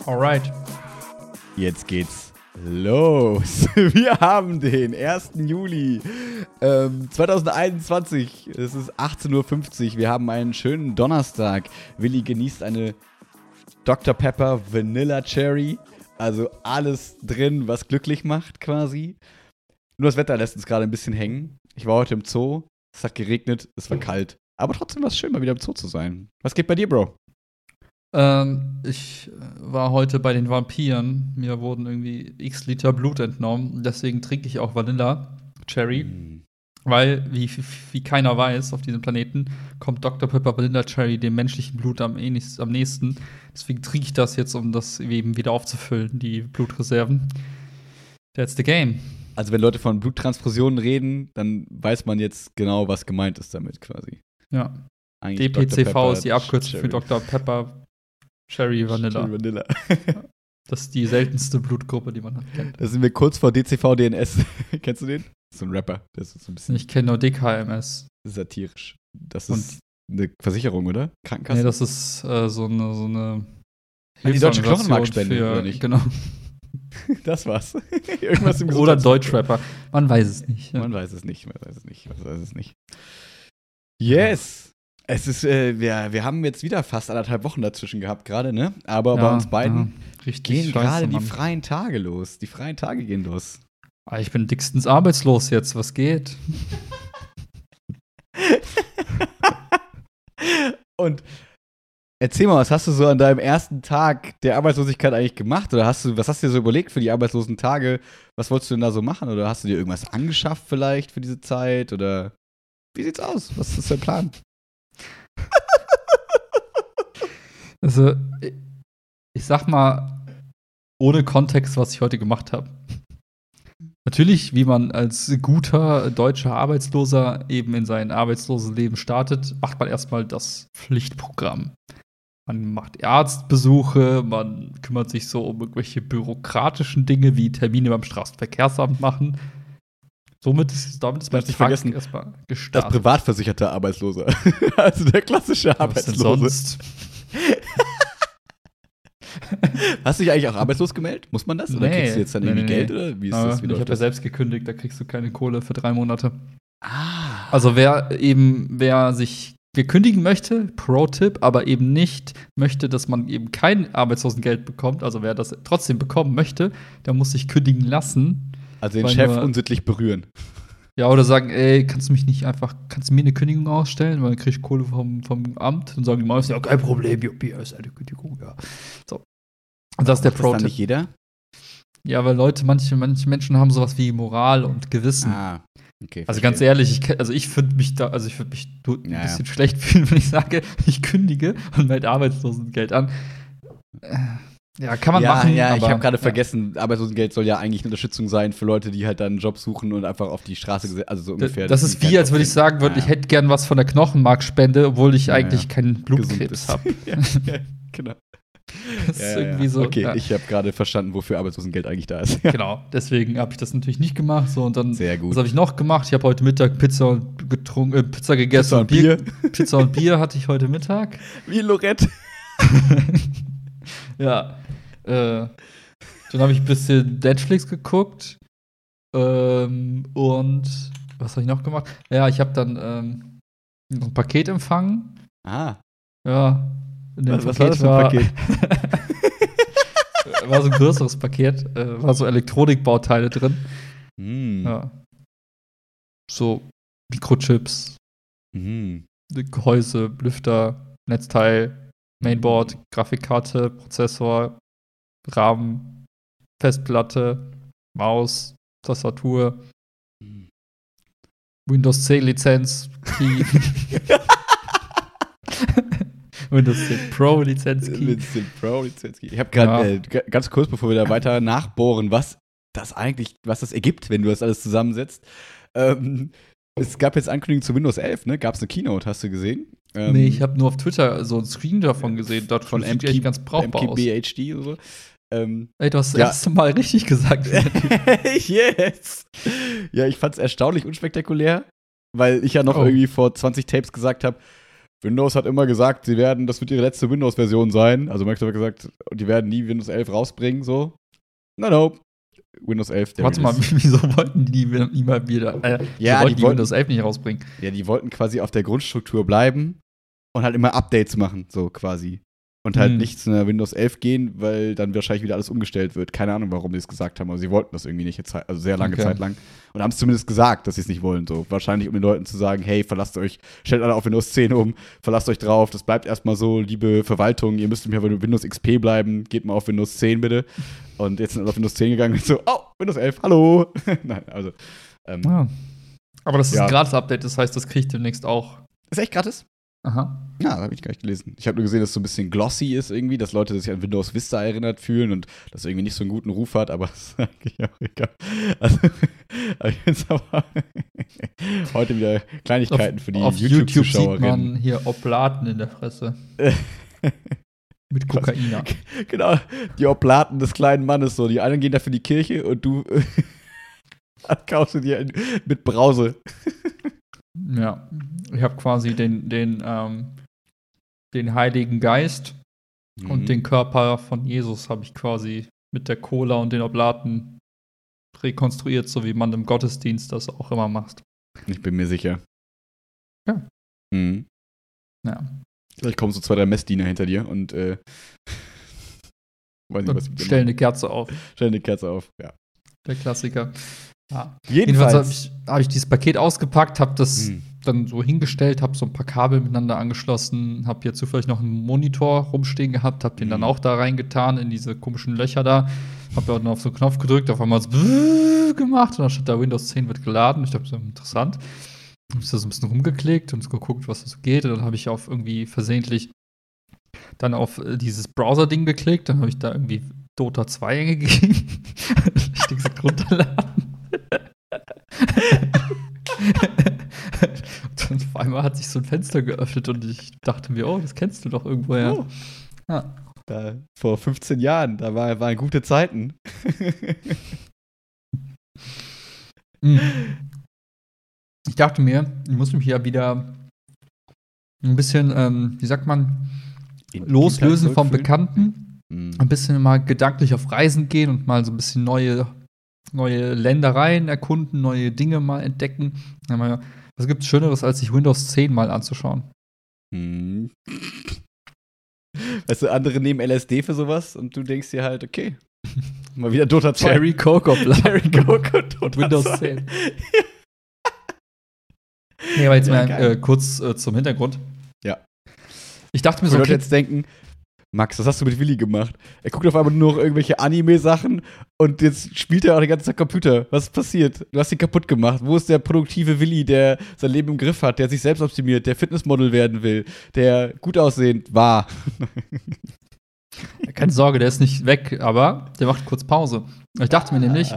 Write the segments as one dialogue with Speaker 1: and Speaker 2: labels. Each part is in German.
Speaker 1: Alright.
Speaker 2: Jetzt geht's los. Wir haben den 1. Juli 2021. Es ist 18:50 Uhr. Wir haben einen schönen Donnerstag. Willi genießt eine Dr. Pepper Vanilla Cherry. Also alles drin, was glücklich macht quasi. Nur das Wetter lässt uns gerade ein bisschen hängen. Ich war heute im Zoo. Es hat geregnet. Es war kalt. Aber trotzdem war es schön, mal wieder im Zoo zu sein. Was geht bei dir, Bro?
Speaker 1: Ich war heute bei den Vampiren. Mir wurden irgendwie x Liter Blut entnommen. Deswegen trinke ich auch Vanilla Cherry. Weil, wie keiner weiß auf diesem Planeten, kommt Dr. Pepper Vanilla Cherry dem menschlichen Blut am nächsten. Deswegen trinke ich das jetzt, um das eben wieder aufzufüllen, die Blutreserven. That's the game.
Speaker 2: Also wenn Leute von Bluttransfusionen reden, dann weiß man jetzt genau, was gemeint ist damit quasi.
Speaker 1: Ja.
Speaker 2: Eigentlich
Speaker 1: DPCV ist die Abkürzung für Dr. Pepper Cherry Vanilla.
Speaker 2: Cherry Vanilla.
Speaker 1: Das ist die seltenste Blutgruppe, die man kennt.
Speaker 2: Da sind wir kurz vor DCV-DNS. Kennst du den? Das ist so ein Rapper. Das ist so ein bisschen
Speaker 1: Ich kenne nur DKMS.
Speaker 2: satirisch. Das ist eine Versicherung, oder? Krankenkasse?
Speaker 1: Nee, das ist so eine
Speaker 2: Die deutsche
Speaker 1: Hilfsorganisation
Speaker 2: Knochenmarkspende,
Speaker 1: für-
Speaker 2: oder nicht?
Speaker 1: Genau.
Speaker 2: Das war's. Irgendwas im
Speaker 1: Oder
Speaker 2: Gesundheits-
Speaker 1: Deutschrapper. Man weiß es nicht. Ja.
Speaker 2: Man weiß es nicht. Yes! Es ist, wir haben jetzt wieder fast 1,5 Wochen dazwischen gehabt gerade, ne? Aber bei uns beiden
Speaker 1: richtig
Speaker 2: gehen
Speaker 1: scheiße,
Speaker 2: gerade die
Speaker 1: Mann.
Speaker 2: freien Tage los. Die freien Tage gehen los.
Speaker 1: Ich bin dickstens arbeitslos jetzt. Was geht?
Speaker 2: Und erzähl mal, was hast du so an deinem ersten Tag der Arbeitslosigkeit eigentlich gemacht? Oder was hast du dir so überlegt für die arbeitslosen Tage? Was wolltest du denn da so machen? Oder hast du dir irgendwas angeschafft vielleicht für diese Zeit? Oder wie sieht's aus? Was ist dein Plan?
Speaker 1: Also, ich sag mal, ohne Kontext, was ich heute gemacht habe. Natürlich, wie man als guter deutscher Arbeitsloser eben in sein arbeitsloses Leben startet, macht man erstmal das Pflichtprogramm. Man macht Arztbesuche, man kümmert sich so um irgendwelche bürokratischen Dinge wie Termine beim Straßenverkehrsamt machen. Damit ist mein
Speaker 2: Darfst nicht
Speaker 1: Tag
Speaker 2: vergessen,
Speaker 1: erstmal
Speaker 2: Das
Speaker 1: gestartet.
Speaker 2: privatversicherte Arbeitsloser. Also der klassische
Speaker 1: Was denn
Speaker 2: Arbeitslose.
Speaker 1: sonst?
Speaker 2: Hast du dich eigentlich auch arbeitslos gemeldet? Muss man das? Oder
Speaker 1: Nee.
Speaker 2: kriegst du jetzt dann irgendwie
Speaker 1: Nee.
Speaker 2: Geld? Oder wie ist das? Wie
Speaker 1: Ich
Speaker 2: läuft
Speaker 1: habe ja
Speaker 2: das?
Speaker 1: selbst gekündigt, da kriegst du keine Kohle für 3 Monate.
Speaker 2: Ah.
Speaker 1: Also wer sich kündigen möchte, Pro-Tipp, aber eben nicht möchte, dass man eben kein Arbeitslosengeld bekommt, also wer das trotzdem bekommen möchte, der muss sich kündigen lassen.
Speaker 2: Also den
Speaker 1: Weil
Speaker 2: Chef
Speaker 1: nur-
Speaker 2: unsittlich berühren.
Speaker 1: Ja, oder sagen, ey, kannst du mir eine Kündigung ausstellen, weil dann krieg ich Kohle vom Amt und sagen die meisten, ja, kein Problem, Juppie, ist eine Kündigung, ja. So. Und das ist der
Speaker 2: Macht das dann
Speaker 1: Pro-Tipp.
Speaker 2: nicht jeder?
Speaker 1: Ja, weil manche Menschen haben sowas wie Moral und Gewissen.
Speaker 2: Ah, okay.
Speaker 1: Also
Speaker 2: verstehe.
Speaker 1: ganz ehrlich, ich würde mich ein
Speaker 2: Ja,
Speaker 1: bisschen schlecht fühlen, wenn ich sage, ich kündige und melde Arbeitslosengeld an. Ja, kann man machen.
Speaker 2: Ja, ich
Speaker 1: aber-
Speaker 2: habe gerade vergessen, Arbeitslosengeld soll ja eigentlich eine Unterstützung sein für Leute, die halt dann einen Job suchen und einfach auf die Straße also so ungefähr.
Speaker 1: Das ist wie, als würde ich sagen würde, ich hätte gern was von der Knochenmarkspende, obwohl ich
Speaker 2: Ja,
Speaker 1: eigentlich
Speaker 2: ja.
Speaker 1: keinen Blutkrebs habe.
Speaker 2: ja, genau.
Speaker 1: Das ist irgendwie so.
Speaker 2: Okay,
Speaker 1: ja.
Speaker 2: ich habe gerade verstanden, wofür Arbeitslosengeld eigentlich da ist.
Speaker 1: Genau, deswegen habe ich das natürlich nicht gemacht. So, und dann,
Speaker 2: Sehr gut.
Speaker 1: was habe ich noch gemacht? Ich habe heute Mittag Pizza gegessen.
Speaker 2: Pizza und Bier.
Speaker 1: Pizza und Bier hatte ich heute Mittag.
Speaker 2: Wie Lorette.
Speaker 1: Ja. Dann habe ich ein bisschen Netflix geguckt. Und was habe ich noch gemacht? Ja, ich habe dann ein Paket empfangen.
Speaker 2: Ah,
Speaker 1: Ja. In dem
Speaker 2: was war das für ein Paket?
Speaker 1: War so ein größeres Paket. War so Elektronikbauteile drin.
Speaker 2: Hm.
Speaker 1: Ja. So Mikrochips,
Speaker 2: Mhm.
Speaker 1: Gehäuse, Lüfter, Netzteil, Mainboard, Grafikkarte, Prozessor, RAM, Festplatte, Maus, Tastatur, Windows 10 Lizenz, Key. Windows 10 Pro Lizenz, Key.
Speaker 2: Vincent Pro, Lizenski. Ich habe gerade ganz kurz, bevor wir da weiter nachbohren, was das ergibt, wenn du das alles zusammensetzt. Es gab jetzt Ankündigungen zu Windows 11, ne? Gab es eine Keynote, hast du gesehen?
Speaker 1: Nee, ich habe nur auf Twitter so einen Screen davon gesehen. Dort
Speaker 2: von
Speaker 1: sieht echt ganz brauchbar aus.
Speaker 2: MKBHD oder so.
Speaker 1: Ey, du hast das
Speaker 2: Ja.
Speaker 1: erste Mal richtig gesagt.
Speaker 2: Yes! Ja, ich fand's erstaunlich unspektakulär, weil ich ja noch
Speaker 1: Oh.
Speaker 2: irgendwie vor 20 Tapes gesagt habe, Windows hat immer gesagt, das wird ihre letzte Windows-Version sein. Also Microsoft hat gesagt, die werden nie Windows 11 rausbringen, so. No. Windows 11, der
Speaker 1: Warte mal, wieso wollten die nie mal wieder,
Speaker 2: ja,
Speaker 1: die Windows 11 nicht rausbringen?
Speaker 2: Ja, die wollten quasi auf der Grundstruktur bleiben und halt immer Updates machen, so quasi. Und halt nicht zu einer Windows 11 gehen, weil dann wahrscheinlich wieder alles umgestellt wird. Keine Ahnung, warum die es gesagt haben, aber sie wollten das irgendwie nicht, also sehr lange Zeit lang. Und haben es zumindest gesagt, dass sie es nicht wollen. So. Wahrscheinlich, um den Leuten zu sagen, hey, stellt alle auf Windows 10 um, verlasst euch drauf, das bleibt erstmal so, liebe Verwaltung, ihr müsst nicht mehr bei Windows XP bleiben, geht mal auf Windows 10 bitte. Und jetzt sind alle auf Windows 10 gegangen und so, oh, Windows 11, hallo. Nein, also.
Speaker 1: Aber das ist ein Gratis-Update, das heißt, das kriege ich demnächst auch.
Speaker 2: Ist echt gratis?
Speaker 1: Aha.
Speaker 2: Ja, das habe ich gar nicht gelesen. Ich habe nur gesehen, dass es so ein bisschen glossy ist irgendwie, dass Leute sich an Windows Vista erinnert fühlen und das irgendwie nicht so einen guten Ruf hat, aber das ist eigentlich auch egal. Also, jetzt aber heute wieder Kleinigkeiten für die YouTube-Zuschauerinnen.
Speaker 1: Sieht man hier Oblaten in der Fresse. Mit Kokaina.
Speaker 2: Genau, die Oblaten des kleinen Mannes so. Die einen gehen dafür in die Kirche und du kaufst du dir mit Brause.
Speaker 1: Ja, ich habe quasi den Heiligen Geist und den Körper von Jesus habe ich quasi mit der Cola und den Oblaten rekonstruiert, so wie man im Gottesdienst das auch immer macht.
Speaker 2: Ich bin mir sicher.
Speaker 1: Ja. Ja.
Speaker 2: Vielleicht kommen so 2, 3 Messdiener hinter dir und weiß nicht, was
Speaker 1: stellen eine Kerze auf.
Speaker 2: Stellen eine Kerze auf, ja.
Speaker 1: Der Klassiker. Ja.
Speaker 2: Jedenfalls
Speaker 1: habe ich dieses Paket ausgepackt, habe das dann so hingestellt, habe so ein paar Kabel miteinander angeschlossen, habe hier zufällig noch einen Monitor rumstehen gehabt, habe den dann auch da reingetan in diese komischen Löcher da, habe dann auf so einen Knopf gedrückt, auf einmal so gemacht und dann steht da Windows 10 wird geladen. Ich dachte, so interessant. Habe ich da so ein bisschen rumgeklickt und geguckt, was das so geht. Und dann habe ich auf irgendwie versehentlich dann auf dieses Browser-Ding geklickt. Dann habe ich da irgendwie Dota 2 eingegeben. Ich gesagt, runterladen. Und dann auf einmal hat sich so ein Fenster geöffnet und ich dachte mir, oh, das kennst du doch irgendwoher.
Speaker 2: Oh. Ja. Vor 15 Jahren, da waren gute Zeiten.
Speaker 1: Ich dachte mir, ich muss mich ja wieder ein bisschen, wie sagt man, loslösen vom Bekannten. Ein bisschen mal gedanklich auf Reisen gehen und mal so ein bisschen neue Ländereien erkunden, neue Dinge mal entdecken. Was gibt es Schöneres, als sich Windows 10 mal anzuschauen?
Speaker 2: Weißt du, andere nehmen LSD für sowas und du denkst dir halt, okay, mal wieder Dota 2.
Speaker 1: Cherry Coco
Speaker 2: und
Speaker 1: Windows 10. Nee, aber jetzt mal kurz zum Hintergrund.
Speaker 2: Ja.
Speaker 1: Ich dachte mir
Speaker 2: so,
Speaker 1: so,
Speaker 2: Leute jetzt denken, Max, was hast du mit Willi gemacht? Er guckt auf einmal nur noch irgendwelche Anime-Sachen und jetzt spielt er auch die ganze Zeit Computer. Was ist passiert? Du hast ihn kaputt gemacht. Wo ist der produktive Willi, der sein Leben im Griff hat, der sich selbst optimiert, der Fitnessmodel werden will, der gut aussehend war?
Speaker 1: Keine Sorge, der ist nicht weg, aber der macht kurz Pause. Ich dachte mir nämlich,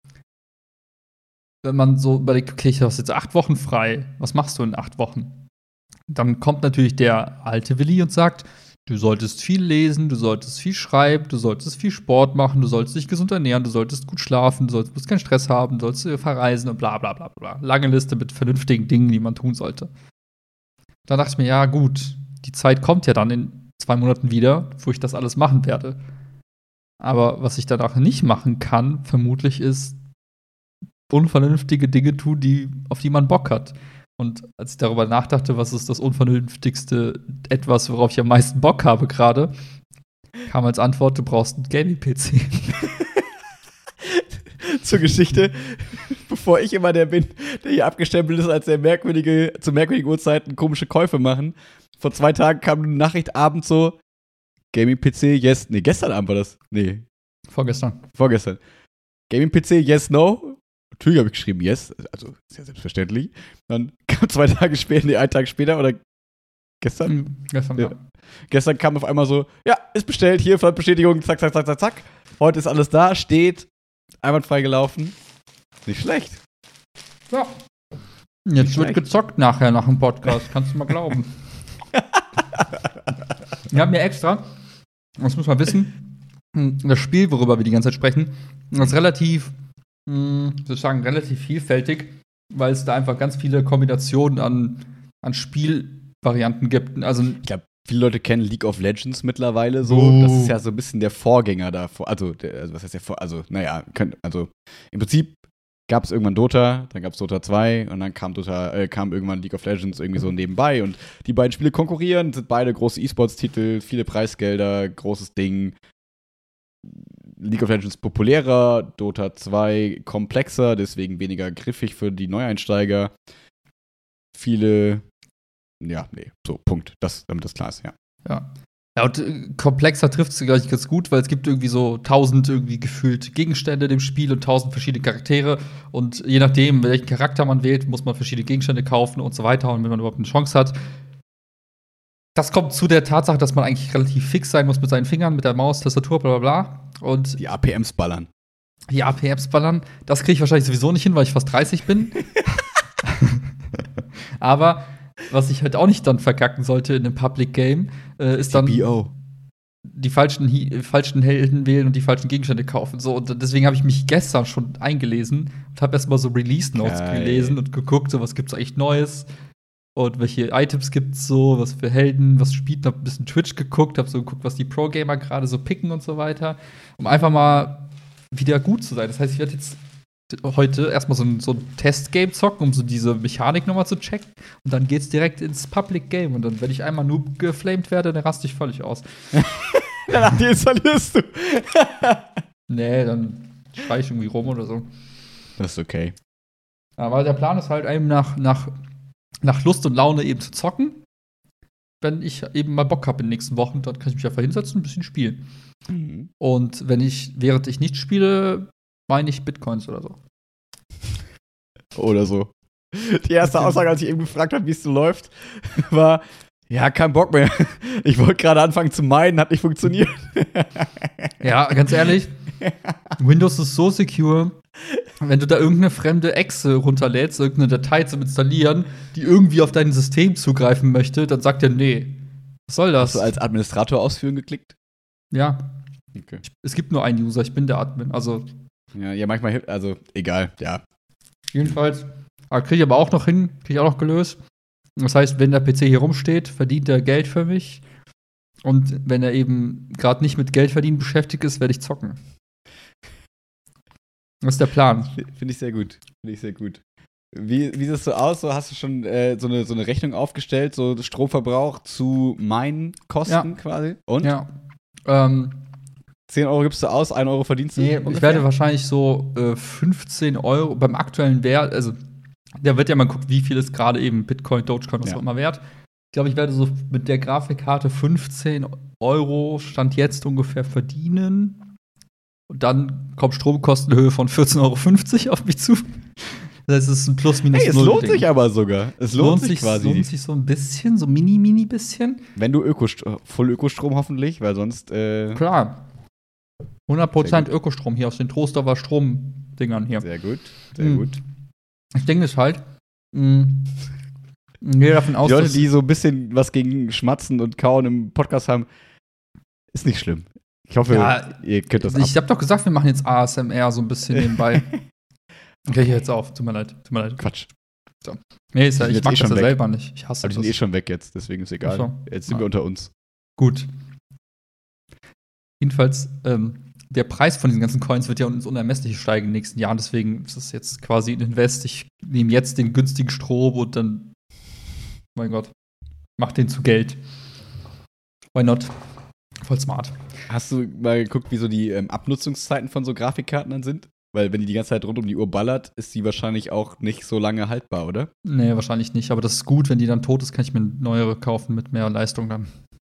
Speaker 1: wenn man so überlegt, okay, ich habe jetzt 8 Wochen frei, was machst du in 8 Wochen? Dann kommt natürlich der alte Willi und sagt, du solltest viel lesen, du solltest viel schreiben, du solltest viel Sport machen, du solltest dich gesund ernähren, du solltest gut schlafen, du musst keinen Stress haben, du solltest verreisen und bla bla bla bla. Lange Liste mit vernünftigen Dingen, die man tun sollte. Dann dachte ich mir, ja gut, die Zeit kommt ja dann in 2 Monaten wieder, wo ich das alles machen werde. Aber was ich danach nicht machen kann, vermutlich ist unvernünftige Dinge tun, auf die man Bock hat. Und als ich darüber nachdachte, was ist das unvernünftigste etwas, worauf ich am meisten Bock habe gerade, kam als Antwort, du brauchst einen Gaming-PC.
Speaker 2: Zur Geschichte, bevor ich immer der bin, der hier abgestempelt ist, als der zu merkwürdigen Uhrzeiten komische Käufe machen. Vor 2 Tagen kam eine Nachricht abends so, Gaming-PC, yes. Nee, gestern Abend war das. Nee. Vorgestern. Gaming-PC, yes, no. Natürlich habe ich geschrieben, yes. Also, ist ja selbstverständlich. Dann kam 2 Tage später, nee, 1 Tag später oder gestern?
Speaker 1: Gestern, ja.
Speaker 2: Gestern kam auf einmal so, ja, ist bestellt, hier, Bestätigung, zack, zack, zack, zack, zack. Heute ist alles da, steht, einwandfrei gelaufen. Nicht schlecht.
Speaker 1: Ja. Jetzt wird gezockt nachher, nach dem Podcast, kannst du mal glauben. Wir haben ja extra, das muss man wissen, das Spiel, worüber wir die ganze Zeit sprechen, ist relativ, sozusagen relativ vielfältig, weil es da einfach ganz viele Kombinationen an Varianten gibt. Also,
Speaker 2: Ich glaube, viele Leute kennen League of Legends mittlerweile so. Das ist ja so ein bisschen der Vorgänger davor. Also was heißt der Vorgänger? Also, naja, im Prinzip gab es irgendwann Dota, dann gab es Dota 2 und dann kam irgendwann League of Legends irgendwie so nebenbei. Und die beiden Spiele konkurrieren, sind beide große E-Sports-Titel, viele Preisgelder, großes Ding. League of Legends populärer, Dota 2 komplexer, deswegen weniger griffig für die Neueinsteiger. Viele, so, Punkt. Damit das klar ist, ja.
Speaker 1: Ja. Ja, und komplexer trifft es gleich ganz gut, weil es gibt irgendwie so 1000 irgendwie gefühlt Gegenstände in dem Spiel und 1000 verschiedene Charaktere. Und je nachdem, welchen Charakter man wählt, muss man verschiedene Gegenstände kaufen und so weiter. Und wenn man überhaupt eine Chance hat. Das kommt zu der Tatsache, dass man eigentlich relativ fix sein muss mit seinen Fingern, mit der Maus, Tastatur, bla bla bla. Und
Speaker 2: die APMs ballern.
Speaker 1: Das kriege ich wahrscheinlich sowieso nicht hin, weil ich fast 30 bin. Aber was ich halt auch nicht dann verkacken sollte in einem Public Game, ist dann die falschen Helden wählen und die falschen Gegenstände kaufen. So, und deswegen habe ich mich gestern schon eingelesen und habe erstmal so Release Notes gelesen und geguckt, so was gibt's eigentlich Neues und welche Items gibt's so, was für Helden, was spielt, hab ein bisschen Twitch geguckt, hab so geguckt, was die Pro-Gamer gerade so picken und so weiter, um einfach mal wieder gut zu sein. Das heißt, ich werde jetzt heute erstmal so ein Testgame zocken, um so diese Mechanik nochmal zu checken. Und dann geht's direkt ins Public Game. Und dann, wenn ich einmal nur geflamed werde, dann raste ich völlig aus.
Speaker 2: Danach installierst du.
Speaker 1: Nee, dann schrei ich irgendwie rum oder so.
Speaker 2: Das ist okay.
Speaker 1: Aber der Plan ist halt eben nach Lust und Laune eben zu zocken. Wenn ich eben mal Bock habe in den nächsten Wochen, dann kann ich mich einfach hinsetzen und ein bisschen spielen. Mhm. Und während ich nicht spiele, meine ich Bitcoins oder so.
Speaker 2: Oder so. Die erste Aussage, als ich eben gefragt habe, wie es so läuft, war, ja, kein Bock mehr. Ich wollte gerade anfangen zu meinen, hat nicht funktioniert.
Speaker 1: Ja, ganz ehrlich, Windows ist so secure, wenn du da irgendeine fremde Exe runterlädst, irgendeine Datei zum Installieren, die irgendwie auf dein System zugreifen möchte, dann sagt er, nee. Was soll das?
Speaker 2: Hast du als Administrator ausführen geklickt?
Speaker 1: Ja.
Speaker 2: Okay.
Speaker 1: Es gibt nur einen User, ich bin der Admin, also
Speaker 2: ja, manchmal, also egal, ja.
Speaker 1: Jedenfalls, kriege ich aber auch noch hin, kriege ich auch noch gelöst. Das heißt, wenn der PC hier rumsteht, verdient er Geld für mich. Und wenn er eben gerade nicht mit Geldverdienen beschäftigt ist, werde ich zocken. Das ist der Plan.
Speaker 2: Finde ich sehr gut. Wie sieht es so aus? So, hast du schon so eine Rechnung aufgestellt, so Stromverbrauch zu meinen Kosten quasi? Und?
Speaker 1: Ja.
Speaker 2: 10 Euro gibst du aus, 1 Euro verdienst du?
Speaker 1: Nee, ich werde wahrscheinlich so 15 Euro beim aktuellen Wert, also da wird ja mal gucken, wie viel ist gerade eben Bitcoin, Dogecoin, was auch immer wert. Ich glaube, ich werde so mit der Grafikkarte 15 Euro Stand jetzt ungefähr verdienen. Und dann kommt Stromkostenhöhe von 14,50 Euro auf mich zu. Das heißt, es ist ein Plus-Minus-Null.
Speaker 2: Hey, es lohnt sich aber sogar. Es lohnt sich quasi.
Speaker 1: Es lohnt sich so ein bisschen, so mini bisschen.
Speaker 2: Wenn du Full-Ökostrom hoffentlich, weil sonst
Speaker 1: Klar. 100% Ökostrom hier aus den Trostover Stromdingern hier.
Speaker 2: Sehr gut, sehr gut.
Speaker 1: Ich denke es halt. Gehe davon aus,
Speaker 2: die Leute, die so ein bisschen was gegen Schmatzen und Kauen im Podcast haben, ist nicht schlimm. Ich hoffe, ihr könnt das
Speaker 1: Ich habe doch gesagt, wir machen jetzt ASMR so ein bisschen nebenbei. Okay, jetzt auf. Tut mir leid.
Speaker 2: Quatsch.
Speaker 1: So. Nee, ich mag das ja selber nicht. Ich hasse das.
Speaker 2: Aber die sind schon weg jetzt, deswegen ist egal. So. Jetzt sind wir unter uns.
Speaker 1: Gut. Jedenfalls, der Preis von diesen ganzen Coins wird ja ins Unermessliche steigen in den nächsten Jahren. Deswegen ist es jetzt quasi ein Invest. Ich nehme jetzt den günstigen Strom und dann, mein Gott, mach den zu Geld. Why not? Voll smart.
Speaker 2: Hast du mal geguckt, wie so die Abnutzungszeiten von so Grafikkarten dann sind? Weil wenn die ganze Zeit rund um die Uhr ballert, ist die wahrscheinlich auch nicht so lange haltbar, oder?
Speaker 1: Nee, wahrscheinlich nicht. Aber das ist gut, wenn die dann tot ist, kann ich mir eine neuere kaufen mit mehr Leistung dann.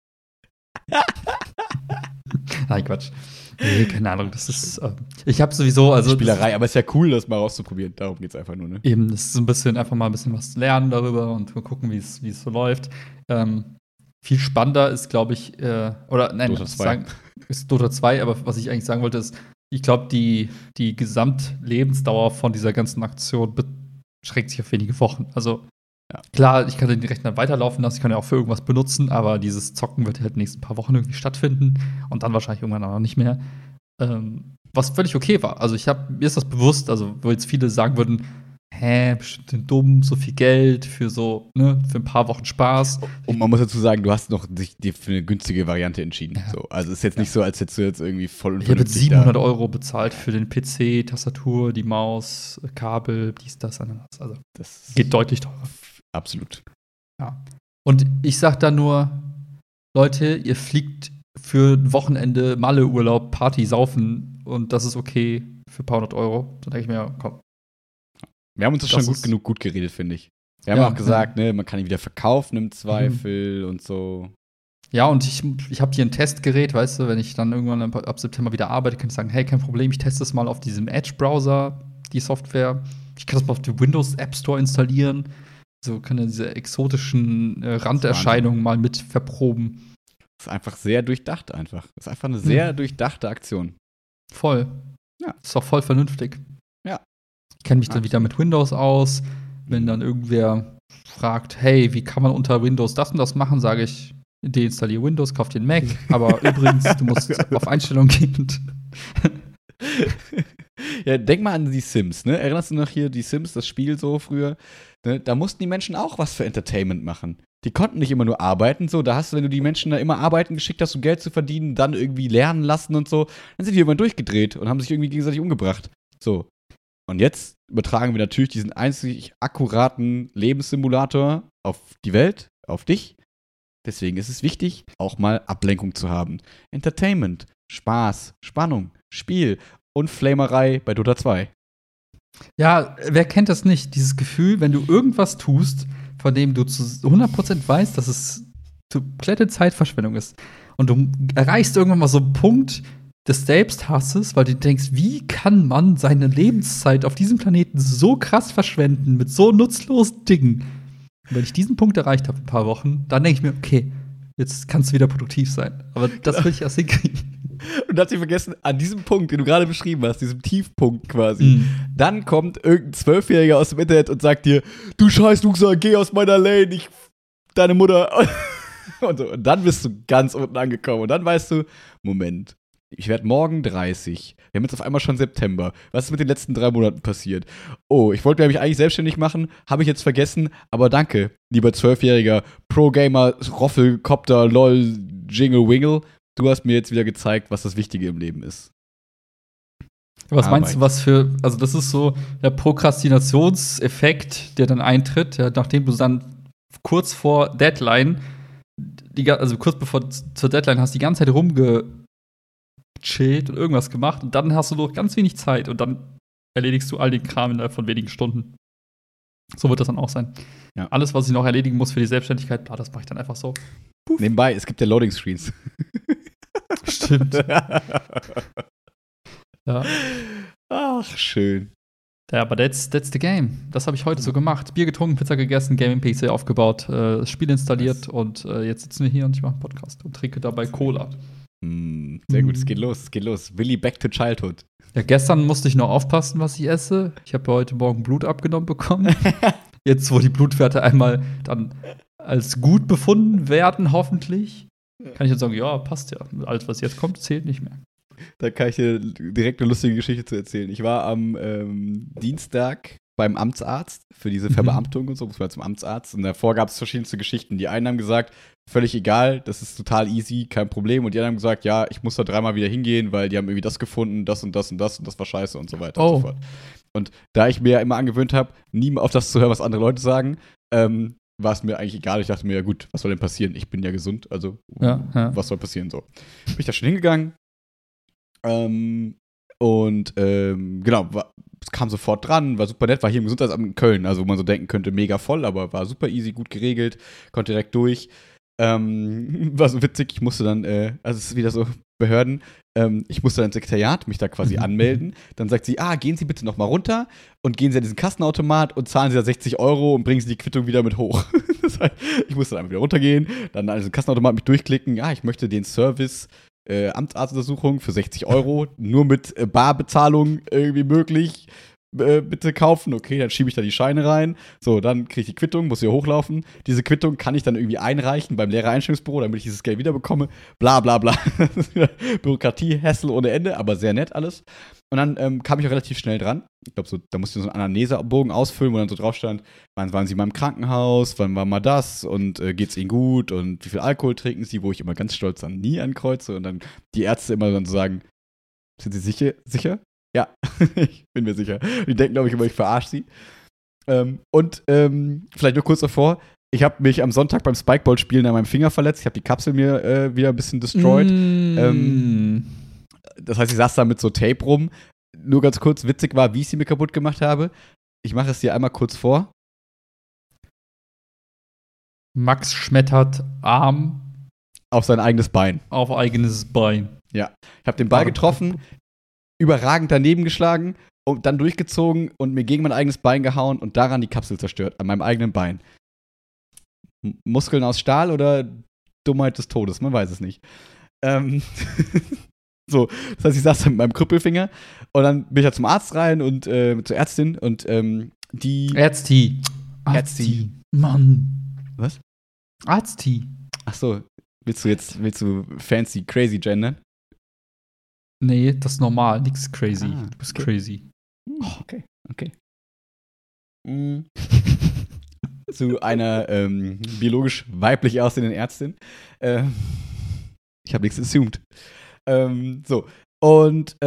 Speaker 1: Nein, Quatsch. Nee, keine Ahnung. Das ist. Ich habe sowieso. Also
Speaker 2: Spielerei, aber ist ja cool, das mal rauszuprobieren. Darum geht's einfach nur, ne?
Speaker 1: Eben, das ist so ein bisschen einfach mal ein bisschen was lernen darüber und mal gucken, wie es so läuft. Viel spannender ist, glaube ich,
Speaker 2: Dota 2.
Speaker 1: Ist Dota 2, aber was ich eigentlich sagen wollte, ist, ich glaube, die Gesamtlebensdauer von dieser ganzen Aktion beschränkt sich auf wenige Wochen. Also, klar, ich kann den Rechner weiterlaufen lassen, ich kann ja auch für irgendwas benutzen, aber dieses Zocken wird halt in den nächsten paar Wochen irgendwie stattfinden und dann wahrscheinlich irgendwann auch nicht mehr. Was völlig okay war. Also, mir ist das bewusst, also, wo jetzt viele sagen würden, bestimmt dumm, so viel Geld für so, ne, für ein paar Wochen Spaß.
Speaker 2: Und man muss dazu sagen, du hast noch dir für eine günstige Variante entschieden.
Speaker 1: Ja.
Speaker 2: So. Also ist jetzt nicht so, als hättest du jetzt irgendwie voll
Speaker 1: Ich habe jetzt
Speaker 2: unvernünftig
Speaker 1: 700 Euro bezahlt für den PC, Tastatur, die Maus, Kabel, dies, das, Ananas. Also
Speaker 2: Das
Speaker 1: geht deutlich teurer.
Speaker 2: absolut.
Speaker 1: Ja. Und ich sag da nur, Leute, ihr fliegt für ein Wochenende Malle-Urlaub, Party, Saufen und das ist okay für ein paar hundert Euro. Dann denke ich mir, komm.
Speaker 2: Wir haben uns das
Speaker 1: Das
Speaker 2: schon
Speaker 1: ist-
Speaker 2: gut geredet, finde ich. Wir haben
Speaker 1: Ja,
Speaker 2: auch gesagt, ne, man kann ihn wieder verkaufen im Zweifel und so.
Speaker 1: Ja, und ich habe hier ein Testgerät, weißt du, wenn ich dann irgendwann ab September wieder arbeite, kann ich sagen, hey, kein Problem, ich teste es mal auf diesem Edge-Browser, die Software. Ich kann das mal auf dem Windows App Store installieren. So kann er diese exotischen Randerscheinungen mal mit verproben.
Speaker 2: Das ist einfach sehr durchdacht einfach. Das ist einfach eine sehr durchdachte Aktion.
Speaker 1: Voll.
Speaker 2: Ja.
Speaker 1: Ist auch voll vernünftig.
Speaker 2: Ja.
Speaker 1: Ich kenne mich dann wieder mit Windows aus. Wenn dann irgendwer fragt, hey, wie kann man unter Windows das und das machen, sage ich, deinstalliere Windows, kauf den Mac. Aber übrigens, du musst auf Einstellungen gehen.
Speaker 2: Ja, denk mal an die Sims, ne? Erinnerst du noch hier die Sims, das Spiel so früher? Ne? Da mussten die Menschen auch was für Entertainment machen. Die konnten nicht immer nur arbeiten, so. Da hast du, wenn du die Menschen da immer arbeiten geschickt hast, um Geld zu verdienen, dann irgendwie lernen lassen und so, dann sind die immer durchgedreht und haben sich irgendwie gegenseitig umgebracht. So. Und jetzt übertragen wir natürlich diesen einzig akkuraten Lebenssimulator auf die Welt, auf dich. Deswegen ist es wichtig, auch mal Ablenkung zu haben. Entertainment, Spaß, Spannung, Spiel und Flamerei bei Dota 2.
Speaker 1: Ja, wer kennt das nicht? Dieses Gefühl, wenn du irgendwas tust, von dem du zu 100% weißt, dass es komplette Zeitverschwendung ist. Und du erreichst irgendwann mal so einen Punkt des Selbsthasses, weil du denkst, wie kann man seine Lebenszeit auf diesem Planeten so krass verschwenden mit so nutzlosen Dingen? Und wenn ich diesen Punkt erreicht habe in ein paar Wochen, dann denke ich mir, okay, jetzt kannst du wieder produktiv sein. Aber das will ich erst hinkriegen.
Speaker 2: Und da hat sie vergessen, an diesem Punkt, den du gerade beschrieben hast, diesem Tiefpunkt quasi, dann kommt irgendein Zwölfjähriger aus dem Internet und sagt dir, du scheiß Luchser, geh aus meiner Lane, deine Mutter. Und dann bist du ganz unten angekommen. Und dann weißt du, Moment, ich werde morgen 30. Wir haben jetzt auf einmal schon September. Was ist mit den letzten 3 Monaten passiert? Oh, ich wollte mich eigentlich selbstständig machen, habe ich jetzt vergessen, aber danke, lieber Zwölfjähriger, Pro-Gamer, Roffel, Copter, LOL, Jingle Wingle. Du hast mir jetzt wieder gezeigt, was das Wichtige im Leben ist.
Speaker 1: Was meinst du, also das ist so der Prokrastinationseffekt, der dann eintritt, ja, nachdem du dann kurz vor Deadline, also kurz bevor zur Deadline hast, die ganze Zeit rumgechillt und irgendwas gemacht und dann hast du noch ganz wenig Zeit und dann erledigst du all den Kram innerhalb von wenigen Stunden. So wird das dann auch sein.
Speaker 2: Ja.
Speaker 1: Alles, was ich noch erledigen muss für die Selbstständigkeit, das mache ich dann einfach so.
Speaker 2: Puff. Nebenbei, es gibt ja Loading Screens.
Speaker 1: Stimmt. Ja.
Speaker 2: Ach, schön.
Speaker 1: Ja, aber that's the game. Das habe ich heute so gemacht. Bier getrunken, Pizza gegessen, Gaming-PC aufgebaut, das Spiel installiert und jetzt sitzen wir hier und ich mache einen Podcast und trinke dabei Cola.
Speaker 2: Sehr gut, es geht los. Willi, back to childhood.
Speaker 1: Ja, gestern musste ich noch aufpassen, was ich esse. Ich habe heute Morgen Blut abgenommen bekommen. Jetzt, wo die Blutwerte einmal dann als gut befunden werden, hoffentlich, kann ich jetzt sagen, ja, passt ja. Alles, was jetzt kommt, zählt nicht mehr.
Speaker 2: Da kann ich dir direkt eine lustige Geschichte zu erzählen. Ich war am Dienstag beim Amtsarzt für diese Verbeamtung und so, muss man zum Amtsarzt. Und davor gab es verschiedenste Geschichten. Die einen haben gesagt, völlig egal, das ist total easy, kein Problem. Und die anderen haben gesagt, ja, ich muss da 3-mal wieder hingehen, weil die haben irgendwie das gefunden, das und das und das und das war scheiße und so weiter und so fort. Und da ich mir ja immer angewöhnt habe, nie auf das zu hören, was andere Leute sagen, war es mir eigentlich egal. Ich dachte mir, ja gut, was soll denn passieren? Ich bin ja gesund, also was soll passieren so? Bin ich da schon hingegangen. Genau, es kam sofort dran, war super nett, war hier im Gesundheitsamt in Köln, also wo man so denken könnte, mega voll, aber war super easy, gut geregelt, konnte direkt durch. War so witzig, ich musste dann, also es ist wieder so Behörden, ich musste dann ins Sekretariat mich da quasi anmelden. Dann sagt sie, gehen Sie bitte noch mal runter und gehen Sie an diesen Kassenautomat und zahlen Sie da 60 € und bringen Sie die Quittung wieder mit hoch. Das heißt, ich musste dann einfach wieder runtergehen, dann an diesen Kassenautomat mich durchklicken, ich möchte den Service Amtsarztuntersuchung für 60 €, nur mit Barbezahlung irgendwie möglich. Bitte kaufen, okay, dann schiebe ich da die Scheine rein. So, dann kriege ich die Quittung, muss hier hochlaufen. Diese Quittung kann ich dann irgendwie einreichen beim Lehrereinstellungsbüro, damit ich dieses Geld wiederbekomme. Bla bla bla. Bürokratie, Hassel ohne Ende, aber sehr nett alles. Und dann kam ich auch relativ schnell dran. Ich glaube, so, da musste ich so einen Anamnesebogen ausfüllen, wo dann so drauf stand, wann waren Sie mal im Krankenhaus, wann war mal das und geht's Ihnen gut und wie viel Alkohol trinken Sie, wo ich immer ganz stolz dann nie ankreuze und dann die Ärzte immer dann so sagen, sind Sie sicher? Ja, ich bin mir sicher. Die denken, glaube ich, immer, ich verarsche sie. Vielleicht nur kurz davor, ich habe mich am Sonntag beim Spikeball-Spielen an meinem Finger verletzt. Ich habe die Kapsel mir wieder ein bisschen destroyed. Das heißt, ich saß da mit so Tape rum. Nur ganz kurz, witzig war, wie ich sie mir kaputt gemacht habe. Ich mache es dir einmal kurz vor.
Speaker 1: Max schmettert Arm
Speaker 2: auf sein eigenes Bein.
Speaker 1: Auf eigenes Bein.
Speaker 2: Ja. Ich habe den Ball getroffen, überragend daneben geschlagen und dann durchgezogen und mir gegen mein eigenes Bein gehauen und daran die Kapsel zerstört, an meinem eigenen Bein. Muskeln aus Stahl oder Dummheit des Todes? Man weiß es nicht. So, das heißt, ich saß dann mit meinem Krüppelfinger und dann bin ich ja zum Arzt rein und zur Ärztin und die
Speaker 1: Ärzti. Mann.
Speaker 2: Was?
Speaker 1: Arzti.
Speaker 2: Ach so, willst du fancy, crazy gendern?
Speaker 1: Nee, das ist normal, nix crazy. Du bist crazy.
Speaker 2: Okay. Zu einer biologisch weiblich aussehenden Ärztin. Ich habe nichts assumed. So. Und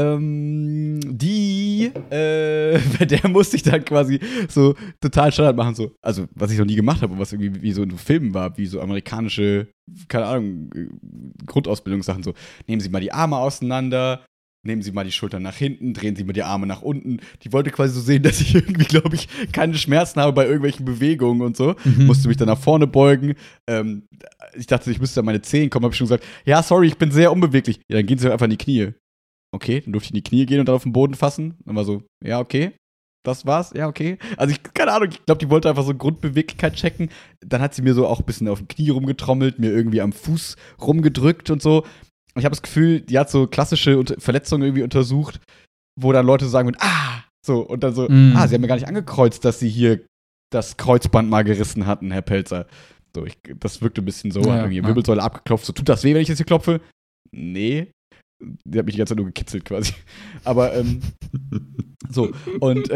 Speaker 2: bei der musste ich dann quasi so total Standard machen, so. Also, was ich noch nie gemacht habe und was irgendwie wie so in Filmen war, wie so amerikanische, keine Ahnung, Grundausbildungssachen, so. Nehmen Sie mal die Arme auseinander, nehmen Sie mal die Schultern nach hinten, drehen Sie mal die Arme nach unten. Die wollte quasi so sehen, dass ich irgendwie, glaube ich, keine Schmerzen habe bei irgendwelchen Bewegungen und so. Musste mich dann nach vorne beugen. Ich dachte, ich müsste an meine Zehen kommen. Habe ich schon gesagt, ja, sorry, ich bin sehr unbeweglich. Ja, dann gehen Sie doch einfach in die Knie. Okay, dann durfte ich in die Knie gehen und dann auf den Boden fassen. Dann war so, ja, okay. Das war's, ja, okay. Also, keine Ahnung, ich glaube, die wollte einfach so Grundbeweglichkeit checken. Dann hat sie mir so auch ein bisschen auf dem Knie rumgetrommelt, mir irgendwie am Fuß rumgedrückt und so. Ich habe das Gefühl, die hat so klassische Verletzungen irgendwie untersucht, wo dann Leute sagen, so, und dann so, sie haben mir gar nicht angekreuzt, dass sie hier das Kreuzband mal gerissen hatten, Herr Pelzer. So, das wirkte ein bisschen so, hat irgendwie Wirbelsäule abgeklopft, so, tut das weh, wenn ich jetzt hier klopfe? Nee. Die hat mich die ganze Zeit nur gekitzelt quasi. Aber, so, und,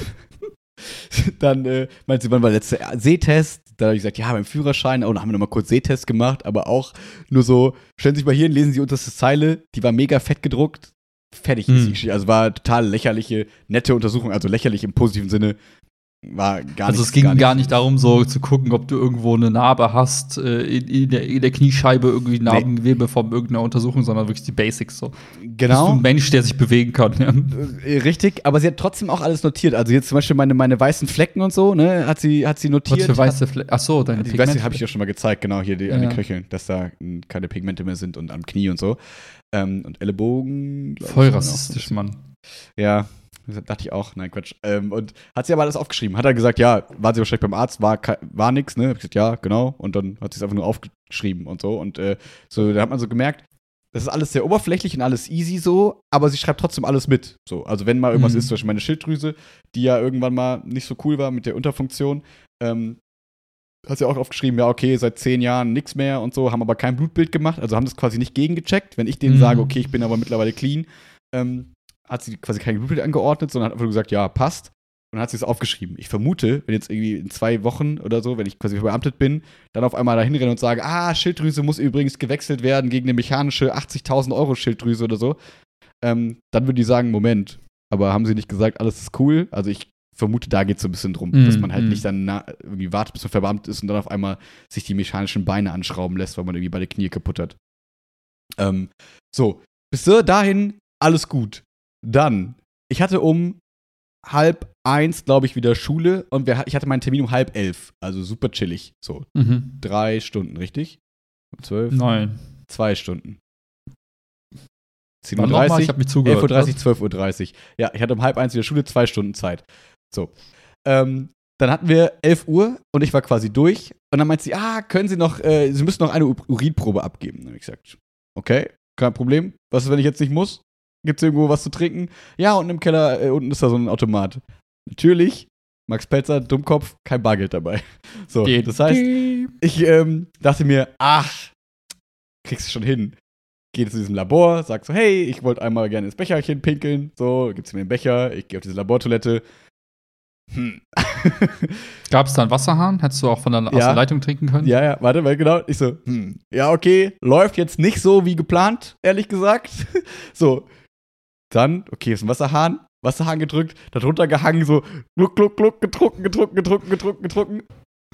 Speaker 2: dann meinte sie, wann war der letzte Sehtest? Da habe ich gesagt, ja, beim Führerschein. Und dann haben wir nochmal kurz Sehtest gemacht, aber auch nur so, stellen Sie sich mal hier hin, lesen Sie unterste Zeile. Die war mega fett gedruckt. Fertig ist die Geschichte. Also war total lächerliche, nette Untersuchung. Also lächerlich im positiven Sinne. War gar nicht.
Speaker 1: Also es ging gar nicht darum, so zu gucken, ob du irgendwo eine Narbe hast, in der Kniescheibe, irgendwie Narbengewebe von irgendeiner Untersuchung, sondern wirklich die Basics so.
Speaker 2: Genau.
Speaker 1: Bist du ein Mensch, der sich bewegen kann. Ja.
Speaker 2: Richtig, aber sie hat trotzdem auch alles notiert. Also jetzt zum Beispiel meine weißen Flecken und so, ne, hat sie notiert.
Speaker 1: Was für weiße Flecken? Achso, deine
Speaker 2: Pigmente. Die weiße habe ich ja schon mal gezeigt, genau, hier an den Knöcheln, dass da keine Pigmente mehr sind und am Knie und so. Und Ellenbogen.
Speaker 1: Voll rassistisch, Mann.
Speaker 2: Ja. Dachte ich auch, nein, Quatsch. Und hat sie aber alles aufgeschrieben. Hat er gesagt, ja, war sie wahrscheinlich beim Arzt, war nix, ne? Hab ich gesagt, ja, genau. Und dann hat sie es einfach nur aufgeschrieben und so. Und so, da hat man so gemerkt, das ist alles sehr oberflächlich und alles easy so, aber sie schreibt trotzdem alles mit. So, also wenn mal irgendwas ist, zum Beispiel meine Schilddrüse, die ja irgendwann mal nicht so cool war mit der Unterfunktion, hat sie auch aufgeschrieben, ja, okay, seit 10 Jahren nichts mehr und so, haben aber kein Blutbild gemacht, also haben das quasi nicht gegengecheckt. Wenn ich denen sage, okay, ich bin aber mittlerweile clean, hat sie quasi kein Blutbild angeordnet, sondern hat einfach gesagt, ja, passt. Und dann hat sie es aufgeschrieben. Ich vermute, wenn jetzt irgendwie in 2 Wochen oder so, wenn ich quasi verbeamtet bin, dann auf einmal da hinrenne und sage, Schilddrüse muss übrigens gewechselt werden gegen eine mechanische 80.000 Euro Schilddrüse oder so, dann würde die sagen, Moment, aber haben sie nicht gesagt, alles ist cool? Also ich vermute, da geht es so ein bisschen drum, dass man halt nicht dann irgendwie wartet, bis man verbeamtet ist und dann auf einmal sich die mechanischen Beine anschrauben lässt, weil man irgendwie beide Knie kaputt hat. So, bis dahin alles gut. Dann, ich hatte um 12:30, glaube ich, wieder Schule und ich hatte meinen Termin um 10:30, also super chillig. So, 3 Stunden, richtig? 12?
Speaker 1: Nein.
Speaker 2: 2 Stunden.
Speaker 1: 10:30 Uhr, ich habe mich zugehört.
Speaker 2: 11:30 Uhr, 12:30 Uhr. Ja, ich hatte um 12:30 wieder Schule, 2 Stunden Zeit. So. Dann hatten wir 11 Uhr und ich war quasi durch. Und dann meinte sie, können Sie noch, Sie müssen noch eine Urinprobe abgeben. Dann habe ich gesagt, okay, kein Problem. Was ist, wenn ich jetzt nicht muss? Gibt es irgendwo was zu trinken? Ja, unten im Keller, unten ist da so ein Automat. Natürlich, Max Pelzer, Dummkopf, kein Bargeld dabei. So, das heißt, ich dachte mir, kriegst du schon hin. gehe zu diesem Labor, sag so, hey, ich wollte einmal gerne ins Becherchen pinkeln. So, gibt's mir den Becher, ich gehe auf diese Labortoilette.
Speaker 1: Gab es da einen Wasserhahn? Hättest du auch aus der Leitung trinken können?
Speaker 2: Ja, warte, weil genau. Ich so, ja, okay, läuft jetzt nicht so wie geplant, ehrlich gesagt. So, dann, okay, ist ein Wasserhahn gedrückt, darunter gehangen, so, gluck, gluck, gluck, getrunken.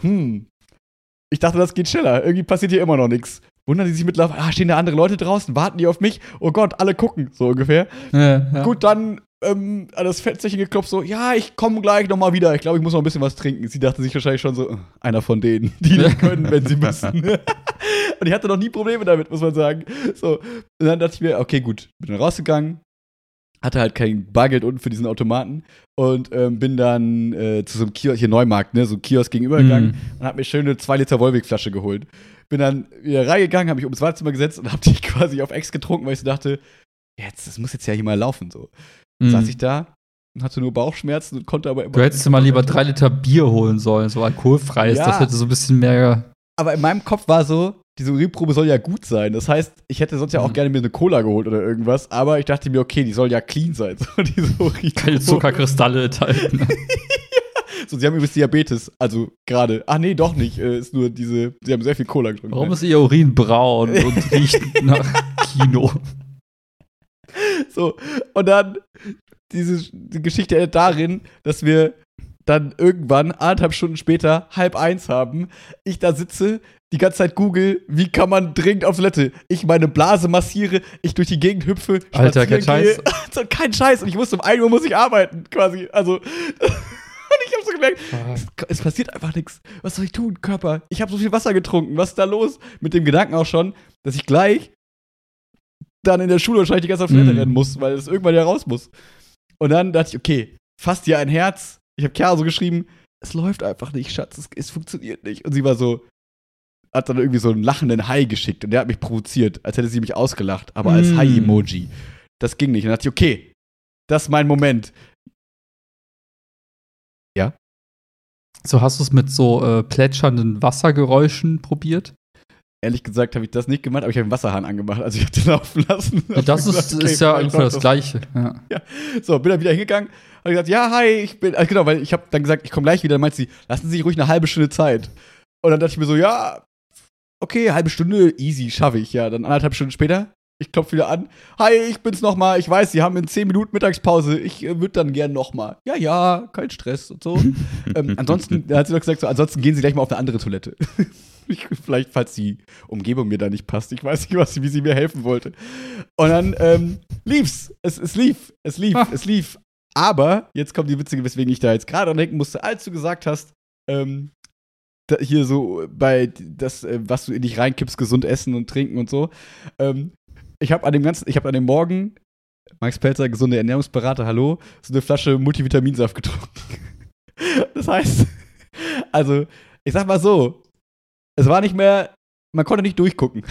Speaker 2: Ich dachte, das geht schneller. Irgendwie passiert hier immer noch nichts. Wundern die sich mittlerweile, stehen da andere Leute draußen, warten die auf mich? Oh Gott, alle gucken, so ungefähr. Ja. Gut, dann an das Fensterchen geklopft, so, ja, ich komme gleich nochmal wieder. Ich glaube, ich muss noch ein bisschen was trinken. Sie dachte sich wahrscheinlich schon so, einer von denen, die nicht können, wenn sie müssen. Und ich hatte noch nie Probleme damit, muss man sagen. So, und dann dachte ich mir, okay, gut, bin dann rausgegangen, hatte halt kein Bargeld unten für diesen Automaten und bin dann zu so einem Kiosk, hier Neumarkt, ne, so ein Kiosk gegenübergegangen und hab mir schön eine 2 Liter Volvic-Flasche geholt. Bin dann wieder reingegangen, hab mich ums Wartezimmer gesetzt und hab die quasi auf Ex getrunken, weil ich so dachte, das muss jetzt ja hier mal laufen, so. Saß ich da und hatte nur Bauchschmerzen und konnte aber immer.
Speaker 1: Du hättest dir mal lieber 3 Liter Bier holen sollen, so alkoholfreies, das hätte so ein bisschen mehr.
Speaker 2: Aber in meinem Kopf war so, diese Urinprobe soll ja gut sein. Das heißt, ich hätte sonst ja auch gerne mir eine Cola geholt oder irgendwas, aber ich dachte mir, okay, die soll ja clean sein. So, diese
Speaker 1: keine Zuckerkristalle enthalten.
Speaker 2: So, sie haben übrigens Diabetes, also gerade. Ach nee, doch nicht. Ist nur sie haben sehr viel Cola getrunken.
Speaker 1: Warum ist ihr Urin braun und riecht nach Kino?
Speaker 2: So, und dann die Geschichte endet darin, dass wir dann irgendwann 1,5 Stunden später 12:30 haben. Ich da sitze, die ganze Zeit google, wie kann man dringend auf Toilette? Ich meine Blase massiere, ich durch die Gegend hüpfe.
Speaker 1: Alter, kein Scheiß.
Speaker 2: Also, kein Scheiß. Und ich wusste, um 1 Uhr muss ich arbeiten, quasi. Also, und ich hab so gemerkt, es passiert einfach nichts. Was soll ich tun, Körper? Ich habe so viel Wasser getrunken. Was ist da los? Mit dem Gedanken auch schon, dass ich gleich dann in der Schule wahrscheinlich die ganze Zeit auf Toilette rennen muss, weil es irgendwann ja raus muss. Und dann dachte ich, okay, fasst dir ein Herz. Ich habe Chiara so geschrieben, es läuft einfach nicht, Schatz, es funktioniert nicht. Und sie war so, hat dann irgendwie so einen lachenden Hai geschickt und der hat mich provoziert, als hätte sie mich ausgelacht, aber als Hai-Emoji. Das ging nicht. Und dann dachte ich, okay, das ist mein Moment. Ja?
Speaker 1: So, hast du es mit so plätschernden Wassergeräuschen probiert?
Speaker 2: Ehrlich gesagt habe ich das nicht gemacht, aber ich habe den Wasserhahn angemacht, also ich habe den laufen lassen.
Speaker 1: Ja, das ist ja ungefähr das Gleiche. Ja.
Speaker 2: So, bin dann wieder hingegangen, habe gesagt, ja, hi, ich bin, genau, weil ich habe dann gesagt, ich komme gleich wieder, dann meint sie, lassen Sie sich ruhig eine halbe Stunde Zeit. Und dann dachte ich mir so, ja, okay, halbe Stunde, easy, schaffe ich, ja. Dann 1,5 Stunden später, ich klopfe wieder an, hi, ich bin's nochmal, ich weiß, Sie haben in 10 Minuten Mittagspause, ich würde dann gern nochmal. Ja, kein Stress und so. Ansonsten, da hat sie doch gesagt, so, ansonsten gehen Sie gleich mal auf eine andere Toilette. Vielleicht, falls die Umgebung mir da nicht passt. Ich weiß nicht, wie sie mir helfen wollte. Und dann lief's. Es lief. Aber, jetzt kommt die witzige, weswegen ich da jetzt gerade dran denken musste, als du gesagt hast, hier so bei das, was du in dich reinkippst, gesund essen und trinken und so. Ich habe an dem Morgen, Max Pelzer, gesunde Ernährungsberater, hallo, so eine Flasche Multivitaminsaft getrunken. Das heißt, also, ich sag mal so, es war nicht mehr, man konnte nicht durchgucken.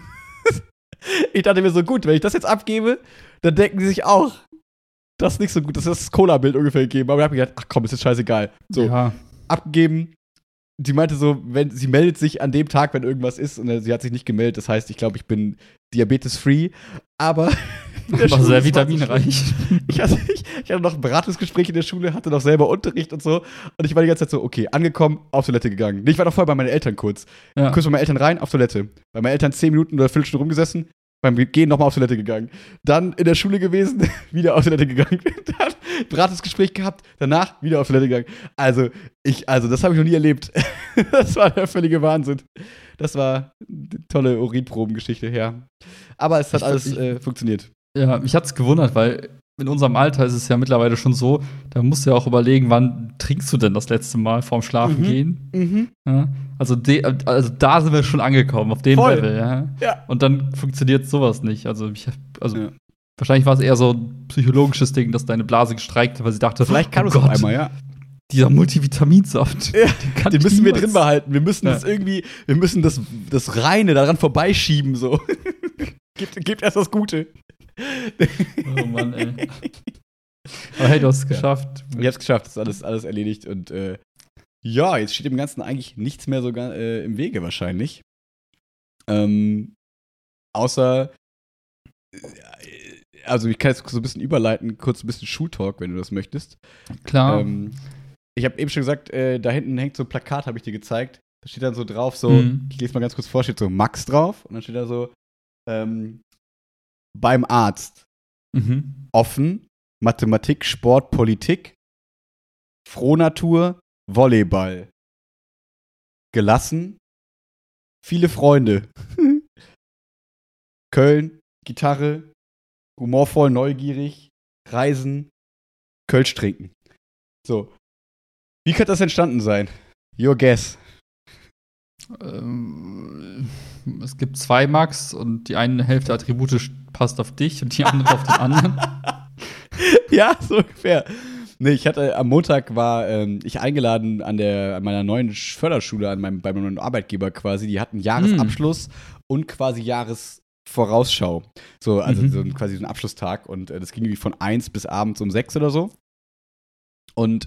Speaker 2: Ich dachte mir so, gut, wenn ich das jetzt abgebe, dann denken die sich auch, das ist nicht so gut, das ist das Cola-Bild ungefähr gegeben. Aber ich hab mir gedacht, ach komm, ist jetzt scheißegal. So, abgegeben. Sie meinte so, sie meldet sich an dem Tag, wenn irgendwas ist, und sie hat sich nicht gemeldet. Das heißt, ich glaube, ich bin diabetes-free, aber
Speaker 1: war sehr vitaminreich.
Speaker 2: Ich hatte noch ein Beratungsgespräch in der Schule, hatte noch selber Unterricht und so. Und ich war die ganze Zeit so, okay, angekommen, auf Toilette gegangen. Ich war noch voll bei meinen Eltern kurz. Ja. Kurz bei meinen Eltern rein, auf Toilette. Bei meinen Eltern 10 Minuten oder 1 Viertelstunde rumgesessen. Beim Gehen nochmal auf Toilette gegangen. Dann in der Schule gewesen, wieder auf Toilette gegangen. Dann Beratungsgespräch gehabt, danach wieder auf Toilette gegangen. Also das habe ich noch nie erlebt. Das war der völlige Wahnsinn. Das war eine tolle Urinprobengeschichte, ja. Aber es hat alles funktioniert.
Speaker 1: Ja, mich hat's gewundert, weil in unserem Alter ist es ja mittlerweile schon so, da musst du ja auch überlegen, wann trinkst du denn das letzte Mal vorm Schlafen gehen? Ja, also da sind wir schon angekommen, auf dem Level. Ja. Und dann funktioniert sowas nicht. Also wahrscheinlich war es eher so ein psychologisches Ding, dass deine Blase gestreikt hat, weil sie dachte,
Speaker 2: vielleicht kann es auf einmal, ja.
Speaker 1: Dieser Multivitaminsaft,
Speaker 2: den müssen wir drin behalten. Wir müssen das irgendwie, das Reine daran vorbeischieben, so. Gebt erst das Gute.
Speaker 1: Oh Mann, ey. Aber hey, du hast es geschafft.
Speaker 2: Ich hab's geschafft, das ist alles erledigt. Und jetzt steht dem Ganzen eigentlich nichts mehr so im Wege wahrscheinlich. Außer Also ich kann jetzt so ein bisschen überleiten, kurz ein bisschen Schultalk, wenn du das möchtest.
Speaker 1: Klar.
Speaker 2: Ich habe eben schon gesagt, da hinten hängt so ein Plakat, habe ich dir gezeigt. Da steht dann so drauf, so, ich lese mal ganz kurz vor, steht so Max drauf. Und dann steht da so, beim Arzt. Offen, Mathematik, Sport, Politik, Frohnatur, Volleyball. Gelassen, viele Freunde. Köln, Gitarre, humorvoll, neugierig, Reisen, Kölsch trinken. So. Wie könnte das entstanden sein? Your guess.
Speaker 1: Es gibt 2 Max und die eine Hälfte der Attribute passt auf dich und die andere auf den anderen.
Speaker 2: Ja, so ungefähr. Nee, ich hatte am Montag war ich eingeladen an meiner neuen Förderschule, bei meinem neuen Arbeitgeber quasi. Die hatten Jahresabschluss und quasi Jahresvorausschau. So, also quasi so ein Abschlusstag. Und das ging irgendwie von 1 bis abends um 6 oder so. Und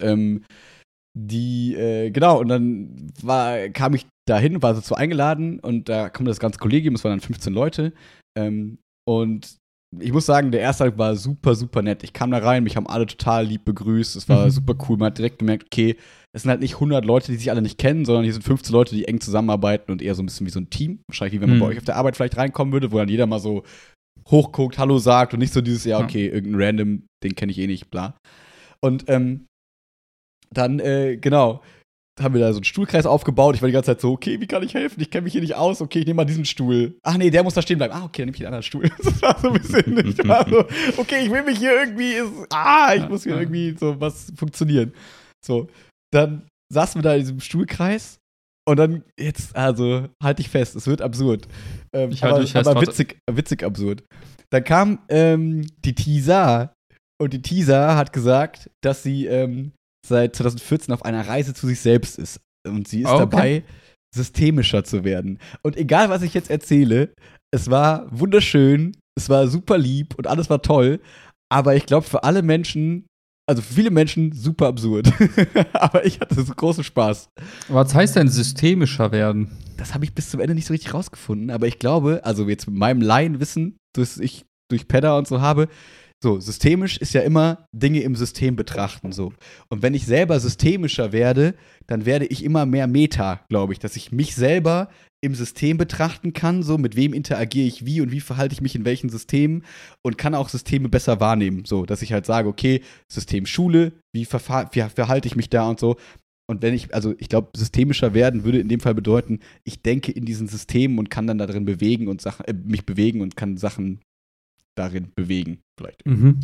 Speaker 2: genau, und dann kam ich dahin, war so eingeladen und da kam das ganze Kollegium, es waren dann 15 Leute. Und ich muss sagen, der erste Tag war super, super nett. Ich kam da rein, mich haben alle total lieb begrüßt. Es war super cool. Man hat direkt gemerkt, okay, es sind halt nicht 100 Leute, die sich alle nicht kennen, sondern hier sind 15 Leute, die eng zusammenarbeiten und eher so ein bisschen wie so ein Team. Wahrscheinlich, wie wenn man bei euch auf der Arbeit vielleicht reinkommen würde, wo dann jeder mal so hochguckt, Hallo sagt und nicht so dieses, ja, okay, irgendein Random, den kenne ich eh nicht, bla. Und dann, genau, haben wir da so einen Stuhlkreis aufgebaut. Ich war die ganze Zeit so, okay, wie kann ich helfen? Ich kenne mich hier nicht aus. Okay, ich nehme mal diesen Stuhl. Ach nee, der muss da stehen bleiben. Ah, okay, dann nehme ich den anderen Stuhl. Das war so ein bisschen, ich war so, okay, ich will mich hier irgendwie, ich muss hier irgendwie so was funktionieren. So, dann saßen wir da in diesem Stuhlkreis und dann jetzt, also, halt dich fest, es wird absurd. Aber witzig absurd. Dann kam die Tisa und die Tisa hat gesagt, dass sie seit 2014 auf einer Reise zu sich selbst ist. Und sie ist dabei, systemischer zu werden. Und egal, was ich jetzt erzähle, es war wunderschön, es war super lieb und alles war toll. Aber ich glaube, für alle Menschen, also für viele Menschen, super absurd. Aber ich hatte so großen Spaß.
Speaker 1: Was heißt denn systemischer werden?
Speaker 2: Das habe ich bis zum Ende nicht so richtig rausgefunden. Aber ich glaube, also jetzt mit meinem Laienwissen, das ich durch Pedda und so habe, so, systemisch ist ja immer Dinge im System betrachten, so. Und wenn ich selber systemischer werde, dann werde ich immer mehr Meta, glaube ich, dass ich mich selber im System betrachten kann, so, mit wem interagiere ich wie und wie verhalte ich mich in welchen Systemen und kann auch Systeme besser wahrnehmen, so, dass ich halt sage, okay, System Schule, wie verhalte ich mich da und so. Und ich glaube, systemischer werden würde in dem Fall bedeuten, ich denke in diesen Systemen und kann dann da drin bewegen und mich bewegen und kann Sachen darin bewegen, vielleicht.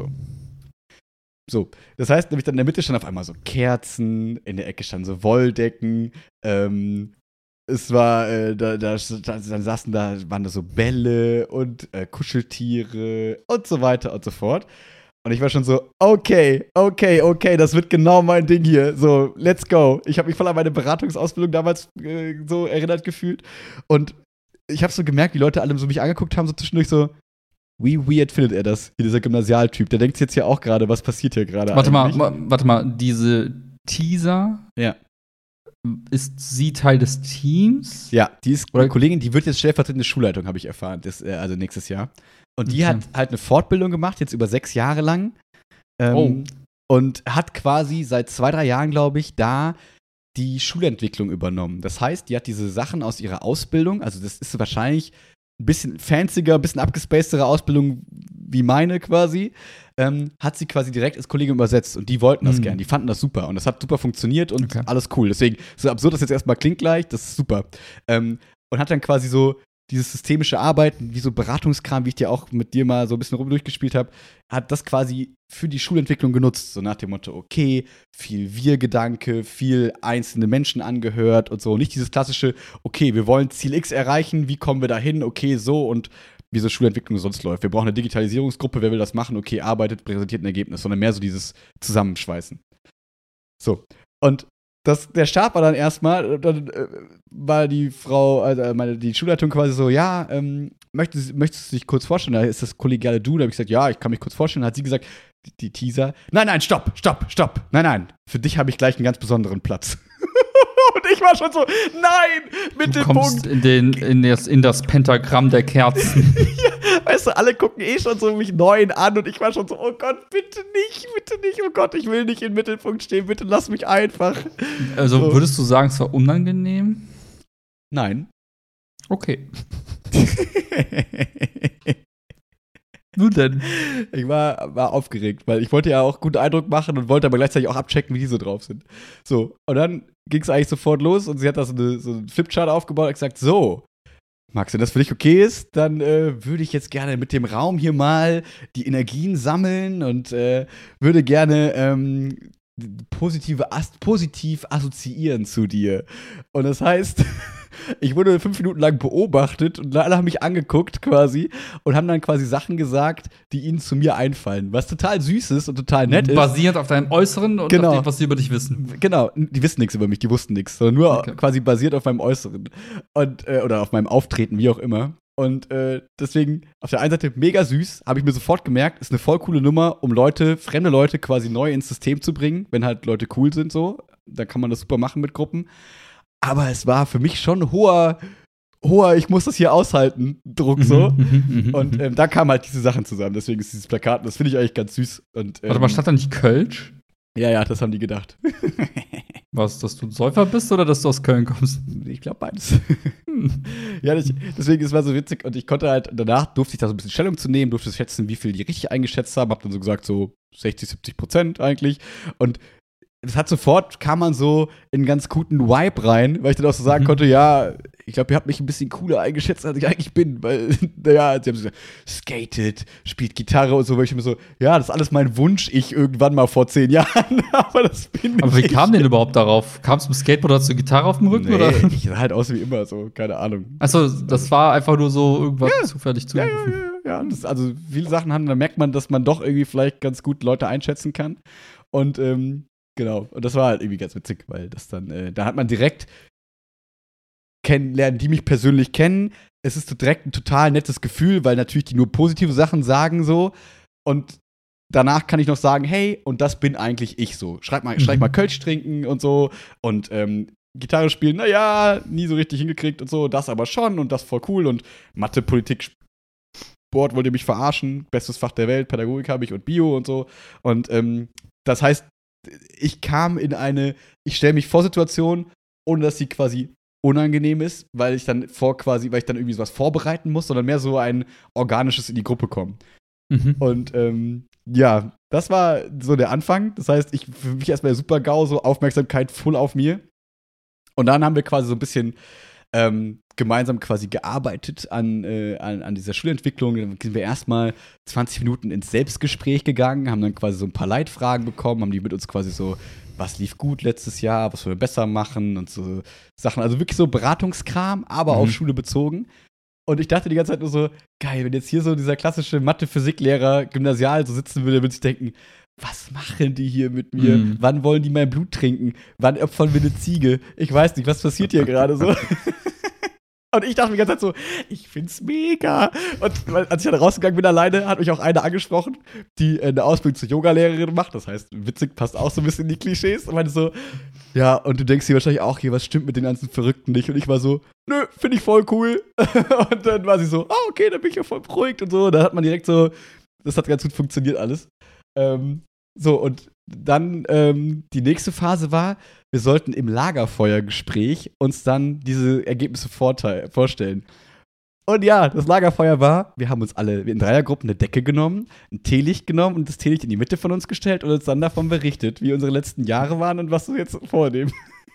Speaker 2: So, das heißt nämlich dann in der Mitte stand auf einmal so Kerzen, in der Ecke standen so Wolldecken, es war, dann waren da so Bälle und Kuscheltiere und so weiter und so fort. Und ich war schon so, okay, das wird genau mein Ding hier. So, let's go. Ich habe mich voll an meine Beratungsausbildung damals so erinnert gefühlt. Und ich habe so gemerkt, wie Leute alle so mich angeguckt haben, so zwischendurch so, wie weird findet er das, hier dieser Gymnasialtyp? Der denkt jetzt ja auch gerade, was passiert hier gerade eigentlich?
Speaker 1: Warte mal, diese Teaser, ist sie Teil des Teams?
Speaker 2: Ja, die ist eine Kollegin, die wird jetzt stellvertretende Schulleitung, habe ich erfahren, also nächstes Jahr. Und die hat halt eine Fortbildung gemacht, jetzt über 6 Jahre lang. Und hat quasi seit 2-3 Jahren, glaube ich, da die Schulentwicklung übernommen. Das heißt, die hat diese Sachen aus ihrer Ausbildung, also das ist wahrscheinlich ein bisschen fancier, ein bisschen abgespacedere Ausbildung wie meine quasi, hat sie quasi direkt ins Kollegium übersetzt und die wollten das gern, die fanden das super und das hat super funktioniert und alles cool. Deswegen, so absurd das jetzt erstmal klingt gleich, das ist super. Und hat dann quasi so dieses systemische Arbeiten, wie so Beratungskram, wie ich dir auch mit dir mal so ein bisschen durchgespielt habe, hat das quasi für die Schulentwicklung genutzt. So nach dem Motto, okay, viel Wir-Gedanke, viel einzelne Menschen angehört und so. Nicht dieses klassische, okay, wir wollen Ziel X erreichen, wie kommen wir da hin, okay, so und wie so Schulentwicklung sonst läuft. Wir brauchen eine Digitalisierungsgruppe, wer will das machen, okay, arbeitet, präsentiert ein Ergebnis, sondern mehr so dieses Zusammenschweißen. So, und der Start war dann erstmal, dann war die Frau, also die Schulleitung quasi so, ja, möchtest du dich kurz vorstellen? Da ist das kollegiale Du, da habe ich gesagt, ja, ich kann mich kurz vorstellen. Da hat sie gesagt, die Teaser, nein, stopp, nein, für dich habe ich gleich einen ganz besonderen Platz. Und ich war schon so, nein, Mittelpunkt.
Speaker 1: Du kommst in das Pentagramm der Kerzen.
Speaker 2: Ja, weißt du, alle gucken eh schon so mich neuen an und ich war schon so, oh Gott, bitte nicht, oh Gott, ich will nicht im Mittelpunkt stehen, bitte lass mich einfach.
Speaker 1: Also
Speaker 2: So.
Speaker 1: würdest du sagen, es war unangenehm?
Speaker 2: Nein.
Speaker 1: Okay. Nun denn.
Speaker 2: Ich war aufgeregt, weil ich wollte ja auch guten Eindruck machen und wollte aber gleichzeitig auch abchecken, wie die so drauf sind. So, und dann ging es eigentlich sofort los und sie hat da so einen Flipchart aufgebaut und gesagt, so, Max, wenn das für dich okay ist, dann würde ich jetzt gerne mit dem Raum hier mal die Energien sammeln und würde gerne positiv assoziieren zu dir. Und das heißt, ich wurde 5 Minuten lang beobachtet und alle haben mich angeguckt quasi und haben dann quasi Sachen gesagt, die ihnen zu mir einfallen. Was total süß ist und total nett ist.
Speaker 1: Basierend auf deinem Äußeren und
Speaker 2: Genau.
Speaker 1: auf dem, was sie über dich wissen.
Speaker 2: Genau, die wissen nichts über mich, die wussten nichts, sondern nur
Speaker 1: Okay.
Speaker 2: quasi basiert auf meinem Äußeren und oder auf meinem Auftreten, wie auch immer. Und deswegen auf der einen Seite mega süß, habe ich mir sofort gemerkt, ist eine voll coole Nummer, um fremde Leute quasi neu ins System zu bringen, wenn halt Leute cool sind so. Da kann man das super machen mit Gruppen. Aber es war für mich schon hoher, ich muss das hier aushalten, Druck so. Und da kamen halt diese Sachen zusammen. Deswegen ist dieses Plakat, das finde ich eigentlich ganz süß. Und,
Speaker 1: Warte mal, stand da nicht Kölsch?
Speaker 2: Ja, das haben die gedacht.
Speaker 1: Was, dass du ein Säufer bist oder dass du aus Köln kommst?
Speaker 2: Ich glaube beides. Ja, deswegen ist es so witzig. Und ich konnte halt, danach durfte ich da so ein bisschen Stellung zu nehmen, durfte schätzen, wie viel die richtig eingeschätzt haben. Hab dann so gesagt, so 60-70% eigentlich. Und es hat sofort, kam man so in einen ganz guten Vibe rein, weil ich dann auch so sagen konnte, ja, ich glaube, ihr habt mich ein bisschen cooler eingeschätzt, als ich eigentlich bin, weil, naja, sie haben so gesagt, skatet, spielt Gitarre und so, weil ich mir so, ja, das ist alles mein Wunsch, ich irgendwann mal vor 10 Jahren, aber das bin nicht
Speaker 1: Aber wie
Speaker 2: ich.
Speaker 1: kam denn überhaupt darauf? Kamst du mit dem Skateboard, hast du Gitarre auf dem Rücken?
Speaker 2: Nee,
Speaker 1: Oder?
Speaker 2: ich sah halt aus wie immer, so, keine Ahnung.
Speaker 1: Achso, das war einfach nur so irgendwas zufällig zugerufen.
Speaker 2: Ja, also viele Sachen haben, da merkt man, dass man doch irgendwie vielleicht ganz gut Leute einschätzen kann. Und genau, und das war halt irgendwie ganz witzig, weil das dann, da hat man direkt kennenlernen, die mich persönlich kennen. Es ist direkt ein total nettes Gefühl, weil natürlich die nur positive Sachen sagen so. Und danach kann ich noch sagen, hey, und das bin eigentlich ich so. Schreib mal Kölsch trinken und so. Und Gitarre spielen, naja, nie so richtig hingekriegt und so. Das aber schon und das voll cool. Und Mathe, Politik, Sport wollt ihr mich verarschen. Bestes Fach der Welt, Pädagogik habe ich und Bio und so. Und das heißt, ich kam in ich stelle mich vor Situationen, ohne dass sie quasi unangenehm ist, weil ich dann irgendwie sowas vorbereiten muss, sondern mehr so ein organisches in die Gruppe kommen. Und ja, das war so der Anfang. Das heißt, für mich erstmal super GAU, so Aufmerksamkeit voll auf mir. Und dann haben wir quasi so ein bisschen gemeinsam quasi gearbeitet an dieser Schulentwicklung. Dann sind wir erstmal 20 Minuten ins Selbstgespräch gegangen, haben dann quasi so ein paar Leitfragen bekommen, haben die mit uns quasi so, was lief gut letztes Jahr, was wollen wir besser machen und so Sachen. Also wirklich so Beratungskram, aber auf Schule bezogen. Und ich dachte die ganze Zeit nur so, geil, wenn jetzt hier so dieser klassische Mathe-Physiklehrer Gymnasial so sitzen würde, würde ich denken, was machen die hier mit mir? Wann wollen die mein Blut trinken? Wann opfern wir eine Ziege? Ich weiß nicht, was passiert hier gerade so? Und ich dachte mir die ganze Zeit so, ich find's mega. Und als ich dann rausgegangen bin alleine, hat mich auch eine angesprochen, die eine Ausbildung zur Yogalehrerin macht. Das heißt, witzig, passt auch so ein bisschen in die Klischees. Und meinte so, ja, und du denkst dir wahrscheinlich auch hier, was stimmt mit den ganzen Verrückten nicht? Und ich war so, nö, finde ich voll cool. Und dann war sie so, okay, dann bin ich ja voll beruhigt und so. Da hat man direkt so, das hat ganz gut funktioniert alles. So, und dann die nächste Phase war, wir sollten im Lagerfeuergespräch uns dann diese Ergebnisse vorstellen. Und ja, das Lagerfeuer war, wir haben uns alle in Dreiergruppen eine Decke genommen, ein Teelicht genommen und das Teelicht in die Mitte von uns gestellt und uns dann davon berichtet, wie unsere letzten Jahre waren und was wir jetzt vornehmen.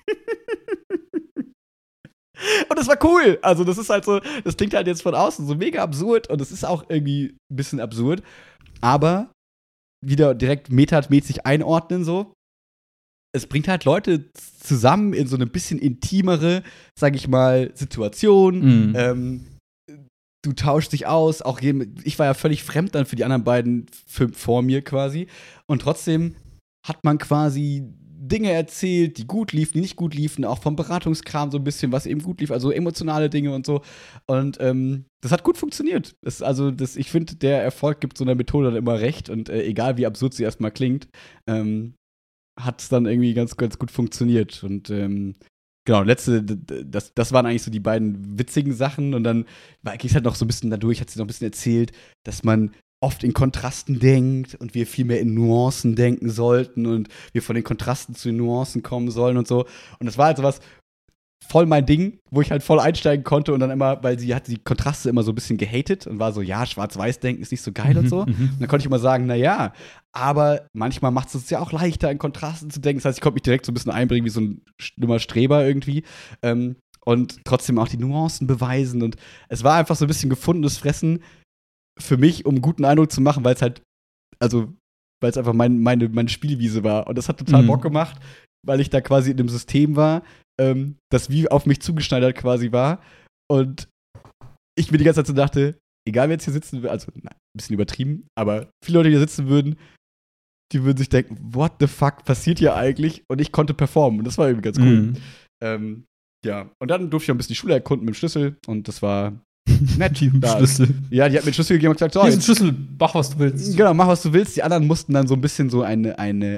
Speaker 2: Und das war cool. Also das ist halt so, das klingt halt jetzt von außen so mega absurd und es ist auch irgendwie ein bisschen absurd, aber wieder direkt metamäßig einordnen so. Es bringt halt Leute zusammen in so eine bisschen intimere, sag ich mal, Situation. Du tauschst dich aus. Auch ich war ja völlig fremd dann für die anderen beiden vor mir quasi. Und trotzdem hat man quasi Dinge erzählt, die gut liefen, die nicht gut liefen. Auch vom Beratungskram so ein bisschen, was eben gut lief. Also emotionale Dinge und so. Und das hat gut funktioniert. Ich finde, der Erfolg gibt so einer Methode dann immer recht. Und egal, wie absurd sie erstmal klingt, hat es dann irgendwie ganz, ganz gut funktioniert. Und Genau, das waren eigentlich so die beiden witzigen Sachen. Und dann ging es halt noch so ein bisschen dadurch, hat sie noch ein bisschen erzählt, dass man oft in Kontrasten denkt und wir viel mehr in Nuancen denken sollten und wir von den Kontrasten zu den Nuancen kommen sollen und so. Und das war halt sowas voll mein Ding, wo ich halt voll einsteigen konnte und dann immer, weil sie hat die Kontraste immer so ein bisschen gehatet und war so, ja, Schwarz-Weiß-Denken ist nicht so geil und so. Und dann konnte ich immer sagen, na ja, aber manchmal macht es uns ja auch leichter, in Kontrasten zu denken. Das heißt, ich konnte mich direkt so ein bisschen einbringen wie so ein schlimmer Streber irgendwie. Und trotzdem auch die Nuancen beweisen. Und es war einfach so ein bisschen gefundenes Fressen für mich, um einen guten Eindruck zu machen, weil es einfach meine Spielwiese war. Und das hat total Bock gemacht, weil ich da quasi in einem System war, das wie auf mich zugeschneidert quasi war. Und ich mir die ganze Zeit so dachte, egal wer jetzt hier sitzen will, also ein bisschen übertrieben, aber viele Leute, die hier sitzen würden, die würden sich denken, what the fuck passiert hier eigentlich? Und ich konnte performen. Und das war irgendwie ganz cool. Ja, und dann durfte ich auch ein bisschen die Schule erkunden mit dem Schlüssel. Und das war nett.
Speaker 1: Schlüssel.
Speaker 2: Ja, die hat mir den Schlüssel gegeben und gesagt, so,
Speaker 1: hier ist ein Schlüssel, mach, was du willst.
Speaker 2: Genau, mach, was du willst. Die anderen mussten dann so ein bisschen so eine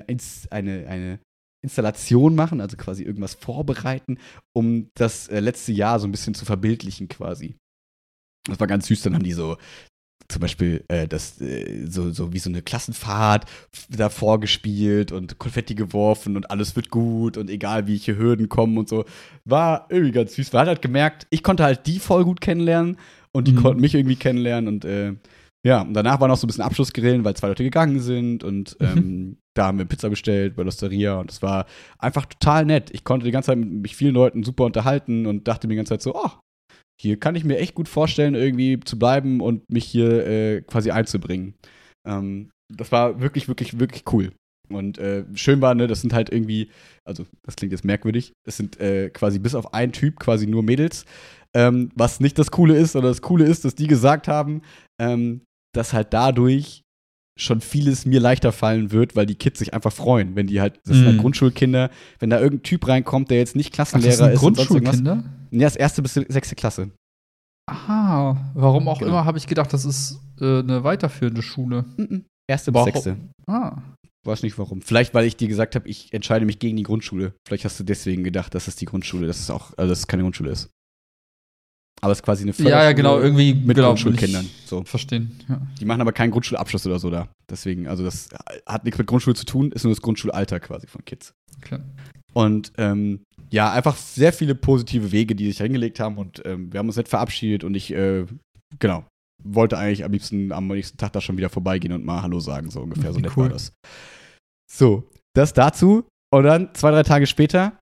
Speaker 2: Installation machen, also quasi irgendwas vorbereiten, um das letzte Jahr so ein bisschen zu verbildlichen quasi. Das war ganz süß, dann haben die so zum Beispiel so wie so eine Klassenfahrt da vorgespielt und Konfetti geworfen und alles wird gut und egal welche Hürden kommen und so. War irgendwie ganz süß. Man hat halt gemerkt, ich konnte halt die voll gut kennenlernen und die konnten mich irgendwie kennenlernen und ja, und danach war noch so ein bisschen Abschlussgrillen, weil 2 Leute gegangen sind und da haben wir Pizza bestellt bei L'Osteria und es war einfach total nett. Ich konnte die ganze Zeit mit mich vielen Leuten super unterhalten und dachte mir die ganze Zeit so, oh, hier kann ich mir echt gut vorstellen, irgendwie zu bleiben und mich hier quasi einzubringen. Das war wirklich, wirklich, wirklich cool. Und schön war, ne, das sind halt irgendwie, also das klingt jetzt merkwürdig, es sind quasi bis auf einen Typ quasi nur Mädels, was nicht das Coole ist, sondern das Coole ist, dass die gesagt haben, dass halt dadurch schon vieles mir leichter fallen wird, weil die Kids sich einfach freuen, wenn die halt, das sind halt Grundschulkinder, wenn da irgendein Typ reinkommt, der jetzt nicht Klassenlehrer ist.
Speaker 1: Grundschulkinder?
Speaker 2: Ja, das 1. bis 6. Klasse.
Speaker 1: Aha, warum auch
Speaker 2: Genau.
Speaker 1: immer habe ich gedacht, das ist eine weiterführende Schule.
Speaker 2: 1. bis 6.
Speaker 1: Ah.
Speaker 2: Weiß nicht warum. Vielleicht, weil ich dir gesagt habe, ich entscheide mich gegen die Grundschule. Vielleicht hast du deswegen gedacht, dass es die Grundschule, dass es keine Grundschule ist. Aber es ist quasi eine Förderschule
Speaker 1: Ja, genau, irgendwie
Speaker 2: mit Grundschulkindern. So.
Speaker 1: Verstehen, ja.
Speaker 2: Die machen aber keinen Grundschulabschluss oder so da. Deswegen, also das hat nichts mit Grundschule zu tun, ist nur das Grundschulalter quasi von Kids.
Speaker 1: Klar.
Speaker 2: Und ja, einfach sehr viele positive Wege, die sich hingelegt haben und wir haben uns nett verabschiedet und ich, genau, wollte eigentlich am liebsten am nächsten Tag da schon wieder vorbeigehen und mal Hallo sagen, so ungefähr, so nett war das. So, das dazu und dann 2, 3 Tage später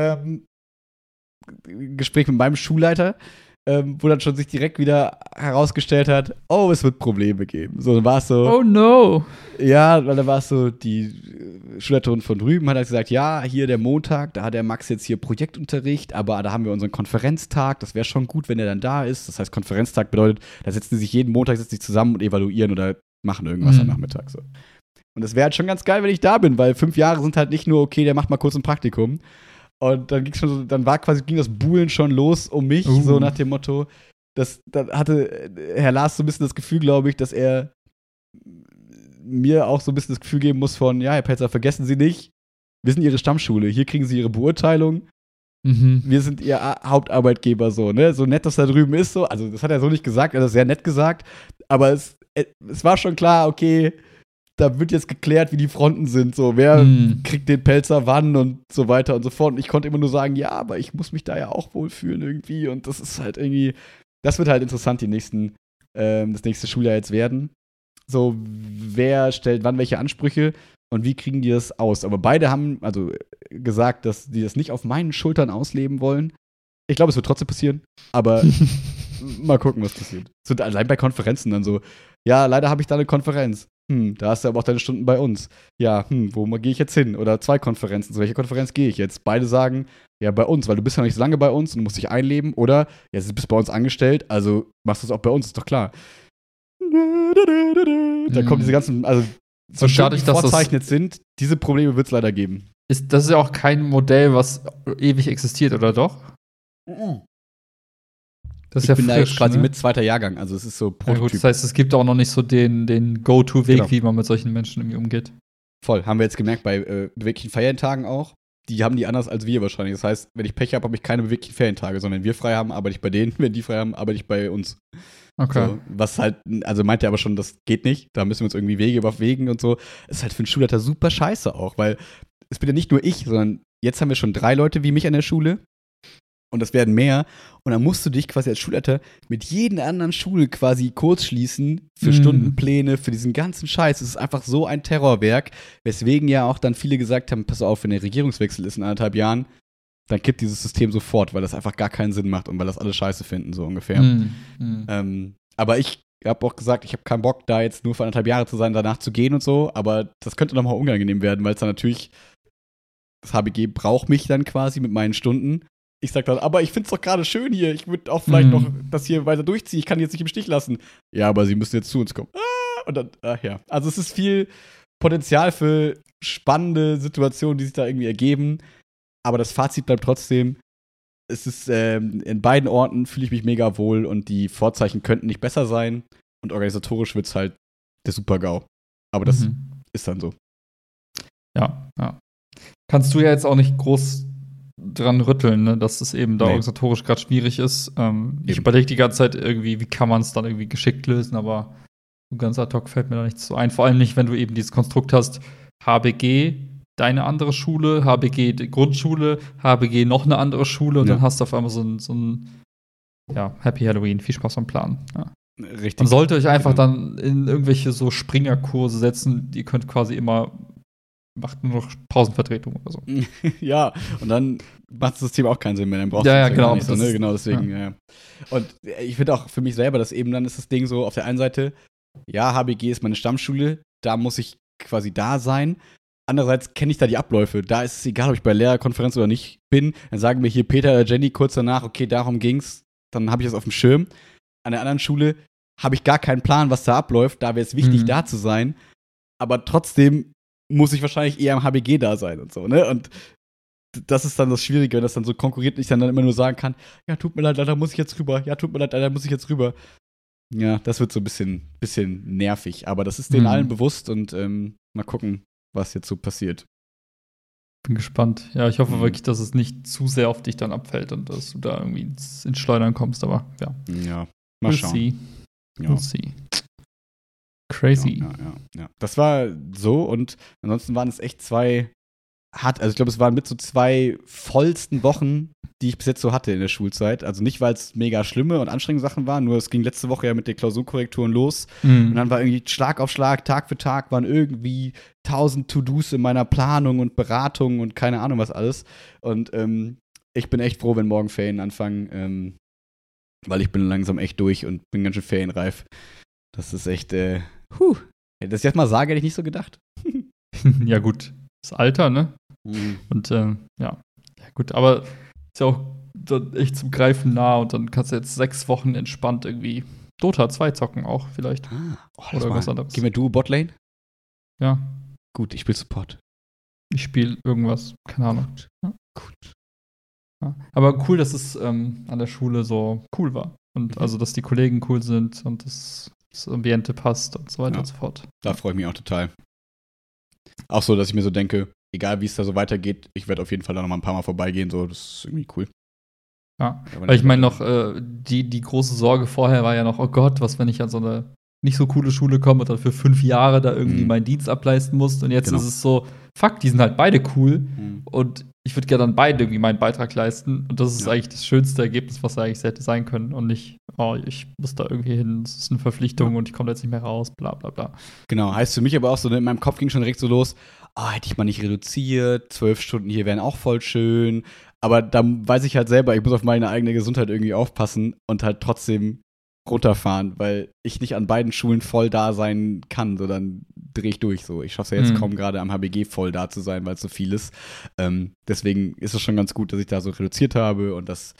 Speaker 2: Gespräch mit meinem Schulleiter, wo dann schon sich direkt wieder herausgestellt hat, oh, es wird Probleme geben. So, dann war es so.
Speaker 1: Oh no.
Speaker 2: Ja, weil da war es so, die Schulleiterin von drüben hat halt gesagt, ja, hier der Montag, da hat der Max jetzt hier Projektunterricht, aber da haben wir unseren Konferenztag, das wäre schon gut, wenn er dann da ist. Das heißt, Konferenztag bedeutet, da setzen sie sich jeden Montag zusammen und evaluieren oder machen irgendwas am Nachmittag. So. Und das wäre halt schon ganz geil, wenn ich da bin, weil 5 Jahre sind halt nicht nur, okay, der macht mal kurz ein Praktikum. Und dann ging das Buhlen schon los um mich, so nach dem Motto, da hatte Herr Lars so ein bisschen das Gefühl, glaube ich, dass er mir auch so ein bisschen das Gefühl geben muss von, ja, Herr Pelzer, vergessen Sie nicht, wir sind Ihre Stammschule, hier kriegen Sie Ihre Beurteilung, wir sind Ihr Hauptarbeitgeber, so, ne, so nett das da drüben ist, so, also das hat er so nicht gesagt, er hat das sehr nett gesagt, aber es war schon klar, okay, da wird jetzt geklärt, wie die Fronten sind, so, wer kriegt den Pelzer wann und so weiter und so fort. Und ich konnte immer nur sagen, ja, aber ich muss mich da ja auch wohlfühlen irgendwie. Und das ist halt irgendwie, das wird halt interessant, das nächste Schuljahr jetzt werden. So, wer stellt wann welche Ansprüche und wie kriegen die das aus? Aber beide haben also gesagt, dass die das nicht auf meinen Schultern ausleben wollen. Ich glaube, es wird trotzdem passieren, aber mal gucken, was passiert. So, allein bei Konferenzen dann so, ja, leider habe ich da eine Konferenz. Da hast du aber auch deine Stunden bei uns. Ja, wo gehe ich jetzt hin? Oder 2 Konferenzen. Zu welcher Konferenz gehe ich jetzt? Beide sagen, ja, bei uns, weil du bist ja noch nicht so lange bei uns und du musst dich einleben. Oder, ja, du bist bei uns angestellt, also machst du es auch bei uns, ist doch klar. Da kommen diese ganzen, also so schön die vorzeichnet sind, diese Probleme wird es leider geben.
Speaker 1: Das ist ja auch kein Modell, was ewig existiert, oder doch? Das ist ja
Speaker 2: bin
Speaker 1: frisch,
Speaker 2: da jetzt quasi
Speaker 1: ne?
Speaker 2: mit 2. Jahrgang, also es ist so
Speaker 1: Prototyp. Ja, gut, das heißt, es gibt auch noch nicht so den Go-To-Weg, wie man mit solchen Menschen irgendwie umgeht.
Speaker 2: Voll, haben wir jetzt gemerkt bei beweglichen Feiertagen auch. die haben die anders als wir wahrscheinlich. Das heißt, wenn ich Pech habe, habe ich keine beweglichen Ferientage, sondern wenn wir frei haben, arbeite ich bei denen. Wenn die frei haben, arbeite ich bei uns.
Speaker 1: Okay.
Speaker 2: So, was halt, also meint er aber schon, das geht nicht. Da müssen wir uns irgendwie Wege überwegen und so. Ist halt für einen Schulleiter super scheiße auch, weil es bin ja nicht nur ich, sondern jetzt haben wir schon 3 Leute wie mich an der Schule. Und das werden mehr. Und dann musst du dich quasi als Schulleiter mit jeder anderen Schule quasi kurz schließen für Stundenpläne, für diesen ganzen Scheiß. Es ist einfach so ein Terrorwerk, weswegen ja auch dann viele gesagt haben, pass auf, wenn der Regierungswechsel ist in 1,5 Jahren, dann kippt dieses System sofort, weil das einfach gar keinen Sinn macht und weil das alle scheiße finden, so ungefähr. Aber ich habe auch gesagt, ich habe keinen Bock, da jetzt nur für 1,5 Jahre zu sein, danach zu gehen und so. Aber das könnte nochmal unangenehm werden, weil es dann natürlich, das HBG braucht mich dann quasi mit meinen Stunden. Ich sag dann, aber ich find's doch gerade schön hier. Ich würde auch vielleicht noch das hier weiter durchziehen. Ich kann jetzt nicht im Stich lassen. Ja, aber sie müssen jetzt zu uns kommen. Und dann, ja. Also es ist viel Potenzial für spannende Situationen, die sich da irgendwie ergeben. Aber das Fazit bleibt trotzdem, es ist, in beiden Orten fühle ich mich mega wohl und die Vorzeichen könnten nicht besser sein. Und organisatorisch wird's halt der Super-GAU. Aber das ist dann so.
Speaker 1: Ja. Kannst du ja jetzt auch nicht groß dran rütteln, ne, dass es eben da organisatorisch gerade schwierig ist. Ich überlege die ganze Zeit irgendwie, wie kann man es dann irgendwie geschickt lösen, aber so ganz ad hoc fällt mir da nichts so ein. Vor allem nicht, wenn du eben dieses Konstrukt hast, HBG, deine andere Schule, HBG die Grundschule, HBG noch eine andere Schule und dann hast du auf einmal so ein Happy Halloween, viel Spaß beim Plan. Ja.
Speaker 2: Richtig.
Speaker 1: Man sollte euch einfach dann in irgendwelche so Springerkurse setzen, ihr könnt quasi immer macht nur noch Pausenvertretung oder so.
Speaker 2: Ja, und dann macht das System auch keinen Sinn mehr. Dann brauchst
Speaker 1: du
Speaker 2: genau. Nicht so, ne? Genau deswegen, ja. Und ich finde auch für mich selber, dass eben dann ist das Ding so auf der einen Seite, ja, HBG ist meine Stammschule, da muss ich quasi da sein. Andererseits kenne ich da die Abläufe. Da ist es egal, ob ich bei Lehrerkonferenz oder nicht bin. Dann sagen mir hier Peter oder Jenny kurz danach, okay, darum ging's. Dann habe ich das auf dem Schirm. An der anderen Schule habe ich gar keinen Plan, was da abläuft. Da wäre es wichtig, da zu sein. Aber trotzdem muss ich wahrscheinlich eher am HBG da sein und so, ne? Und das ist dann das Schwierige, wenn das dann so konkurriert und ich dann immer nur sagen kann, ja, tut mir leid, da muss ich jetzt rüber. Ja, tut mir leid, da muss ich jetzt rüber. Ja, das wird so ein bisschen nervig. Aber das ist denen allen bewusst und mal gucken, was jetzt so passiert.
Speaker 1: Bin gespannt. Ja, ich hoffe wirklich, dass es nicht zu sehr auf dich dann abfällt und dass du da irgendwie ins Schleudern kommst, aber ja.
Speaker 2: Ja, mal schauen.
Speaker 1: We'll see. Crazy.
Speaker 2: Ja. Das war so und ansonsten waren es echt also ich glaube, es waren mit so 2 vollsten Wochen, die ich bis jetzt so hatte in der Schulzeit. Also nicht, weil es mega schlimme und anstrengende Sachen waren, nur es ging letzte Woche ja mit den Klausurkorrekturen los. Und dann war irgendwie Schlag auf Schlag, Tag für Tag waren irgendwie 1000 To-Dos in meiner Planung und Beratung und keine Ahnung was alles. Und ich bin echt froh, wenn morgen Ferien anfangen, weil ich bin langsam echt durch und bin ganz schön ferienreif. Das ist echt, Hätte ich das jetzt mal sage, hätte ich nicht so gedacht.
Speaker 1: Ja, gut. Das Alter, ne? Und ja, gut, aber ist ja auch dann echt zum Greifen nah und dann kannst du jetzt 6 Wochen entspannt irgendwie Dota 2 zocken auch vielleicht. Oder was anderes.
Speaker 2: Gehen wir Duo Botlane?
Speaker 1: Ja.
Speaker 2: Gut, ich spiele Support.
Speaker 1: Ich spiele irgendwas, keine Ahnung.
Speaker 2: Gut.
Speaker 1: Ja. Aber cool, dass es an der Schule so cool war. Und also, dass die Kollegen cool sind und das Ambiente passt und so weiter und so fort.
Speaker 2: Da freue ich mich auch total. Auch so, dass ich mir so denke, egal wie es da so weitergeht, ich werde auf jeden Fall da noch mal ein paar Mal vorbeigehen. So, das ist irgendwie cool.
Speaker 1: Ja, weil ich meine noch, die große Sorge vorher war ja noch, oh Gott, was, wenn ich an so eine nicht so coole Schule komme und dann für 5 Jahre da irgendwie meinen Dienst ableisten muss. Und jetzt ist es so, fuck, die sind halt beide cool. Und ich würde gerne an beiden irgendwie meinen Beitrag leisten. Und das ist eigentlich das schönste Ergebnis, was da eigentlich hätte sein können. Und nicht, oh, ich muss da irgendwie hin, es ist eine Verpflichtung und ich komme da jetzt nicht mehr raus, bla bla bla.
Speaker 2: Genau, heißt für mich aber auch so, in meinem Kopf ging schon direkt so los, hätte ich mal nicht reduziert, 12 Stunden hier wären auch voll schön. Aber da weiß ich halt selber, ich muss auf meine eigene Gesundheit irgendwie aufpassen und halt trotzdem runterfahren, weil ich nicht an beiden Schulen voll da sein kann, so dann drehe ich durch. So. Ich schaffe es ja jetzt kaum gerade am HBG voll da zu sein, weil es so viel ist. Deswegen ist es schon ganz gut, dass ich da so reduziert habe und dass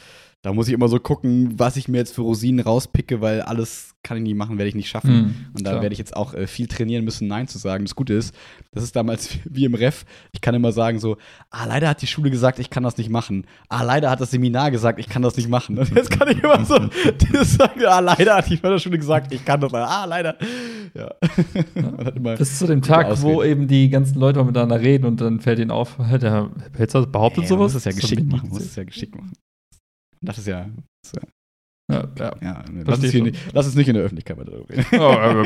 Speaker 2: Da muss ich immer so gucken, was ich mir jetzt für Rosinen rauspicke, weil alles kann ich nie machen, werde ich nicht schaffen. Und da werde ich jetzt auch viel trainieren müssen, Nein zu sagen. Das Gute ist, das ist damals wie im Ref. Ich kann immer sagen so, leider hat die Schule gesagt, ich kann das nicht machen. Leider hat das Seminar gesagt, ich kann das nicht machen. Und jetzt kann ich immer so sagen, leider hat die Förderschule gesagt, ich kann das. Leider. Ja.
Speaker 1: Bis zu dem Tag, wo eben die ganzen Leute mal miteinander reden und dann fällt ihnen auf, der Pelzer behauptet sowas.
Speaker 2: Muss es ja geschickt machen. Das ist ja. Lass uns nicht in der Öffentlichkeit mal darüber reden.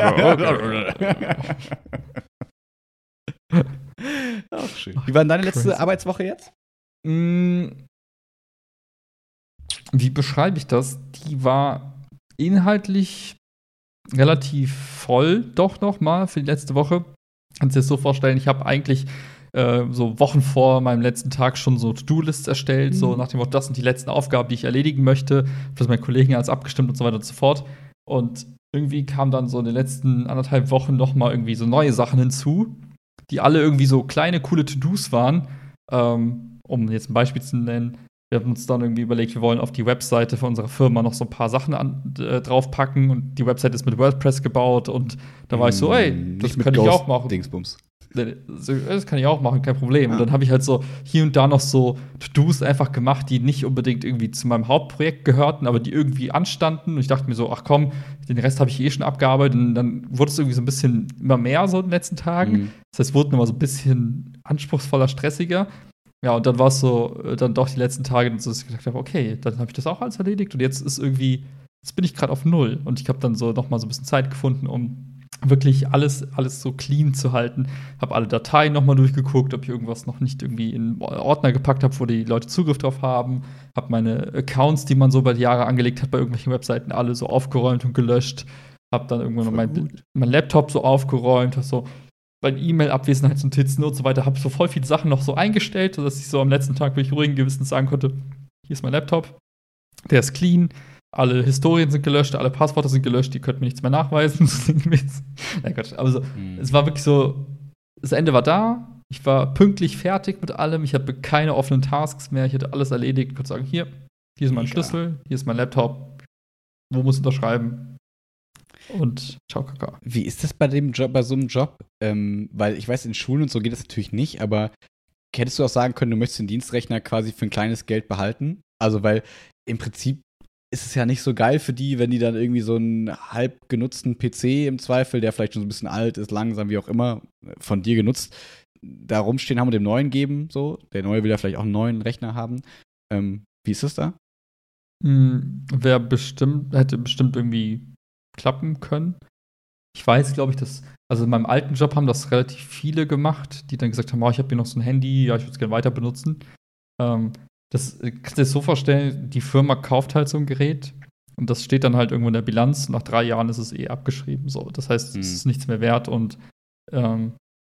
Speaker 2: Ach, schön. Wie war denn deine letzte Arbeitswoche jetzt?
Speaker 1: Wie beschreibe ich das? Die war inhaltlich relativ voll, doch noch mal für die letzte Woche. Kannst du dir das so vorstellen, ich habe eigentlich so Wochen vor meinem letzten Tag schon so To-Do-Lists erstellt, so nach dem Motto, das sind die letzten Aufgaben, die ich erledigen möchte, das mit meinen Kollegen alles abgestimmt und so weiter und so fort. Und irgendwie kam dann so in den letzten 1,5 Wochen noch mal irgendwie so neue Sachen hinzu, die alle irgendwie so kleine, coole To-Dos waren. Um jetzt ein Beispiel zu nennen, wir haben uns dann irgendwie überlegt, wir wollen auf die Webseite von unserer Firma noch so ein paar Sachen draufpacken und die Webseite ist mit WordPress gebaut und da war ich so, das könnte ich auch machen.
Speaker 2: Dingsbums.
Speaker 1: Das kann ich auch machen, kein Problem. Und dann habe ich halt so hier und da noch so To-Dos einfach gemacht, die nicht unbedingt irgendwie zu meinem Hauptprojekt gehörten, aber die irgendwie anstanden. Und ich dachte mir so, ach komm, den Rest habe ich schon abgearbeitet. Und dann wurde es irgendwie so ein bisschen immer mehr so in den letzten Tagen. Das heißt, es wurde immer so ein bisschen anspruchsvoller, stressiger. Ja, und dann war es so, dann doch die letzten Tage, dass ich gedacht habe, okay, dann habe ich das auch alles erledigt. Und jetzt bin ich gerade auf 0. Und ich habe dann so noch mal so ein bisschen Zeit gefunden, um wirklich alles so clean zu halten. Habe alle Dateien noch mal durchgeguckt, ob ich irgendwas noch nicht irgendwie in Ordner gepackt habe, wo die Leute Zugriff drauf haben. Habe meine Accounts, die man so über die Jahre angelegt hat, bei irgendwelchen Webseiten alle so aufgeräumt und gelöscht. Habe dann irgendwann noch mein Laptop so aufgeräumt, habe so meine E-Mail-Abwesenheitsnotizen und so weiter. Habe so voll viele Sachen noch so eingestellt, sodass ich so am letzten Tag wirklich ruhigen Gewissens sagen konnte, hier ist mein Laptop, der ist clean. Alle Historien sind gelöscht, alle Passwörter sind gelöscht, die könnten mir nichts mehr nachweisen. Nein, Gott. Aber es war wirklich so, das Ende war da, ich war pünktlich fertig mit allem, ich hatte keine offenen Tasks mehr, ich hatte alles erledigt. Ich konnte sagen, hier ist mein Schlüssel, hier ist mein Laptop, wo muss ich unterschreiben? Und ciao, Kaka.
Speaker 2: Wie ist das bei so einem Job? Weil ich weiß, in Schulen und so geht das natürlich nicht, aber hättest du auch sagen können, du möchtest den Dienstrechner quasi für ein kleines Geld behalten? Also, weil im Prinzip ist es ja nicht so geil für die, wenn die dann irgendwie so einen halb genutzten PC im Zweifel, der vielleicht schon so ein bisschen alt ist, langsam, wie auch immer, von dir genutzt, da rumstehen haben und dem Neuen geben, so. Der Neue will ja vielleicht auch einen neuen Rechner haben. Wie ist das da?
Speaker 1: Hätte bestimmt irgendwie klappen können. Ich weiß, glaube ich, also in meinem alten Job haben das relativ viele gemacht, die dann gesagt haben, ich habe hier noch so ein Handy, ja, ich würde es gerne weiter benutzen. Das kannst du dir so vorstellen, die Firma kauft halt so ein Gerät und das steht dann halt irgendwo in der Bilanz und nach 3 Jahren ist es abgeschrieben. So. Das heißt, es ist nichts mehr wert und in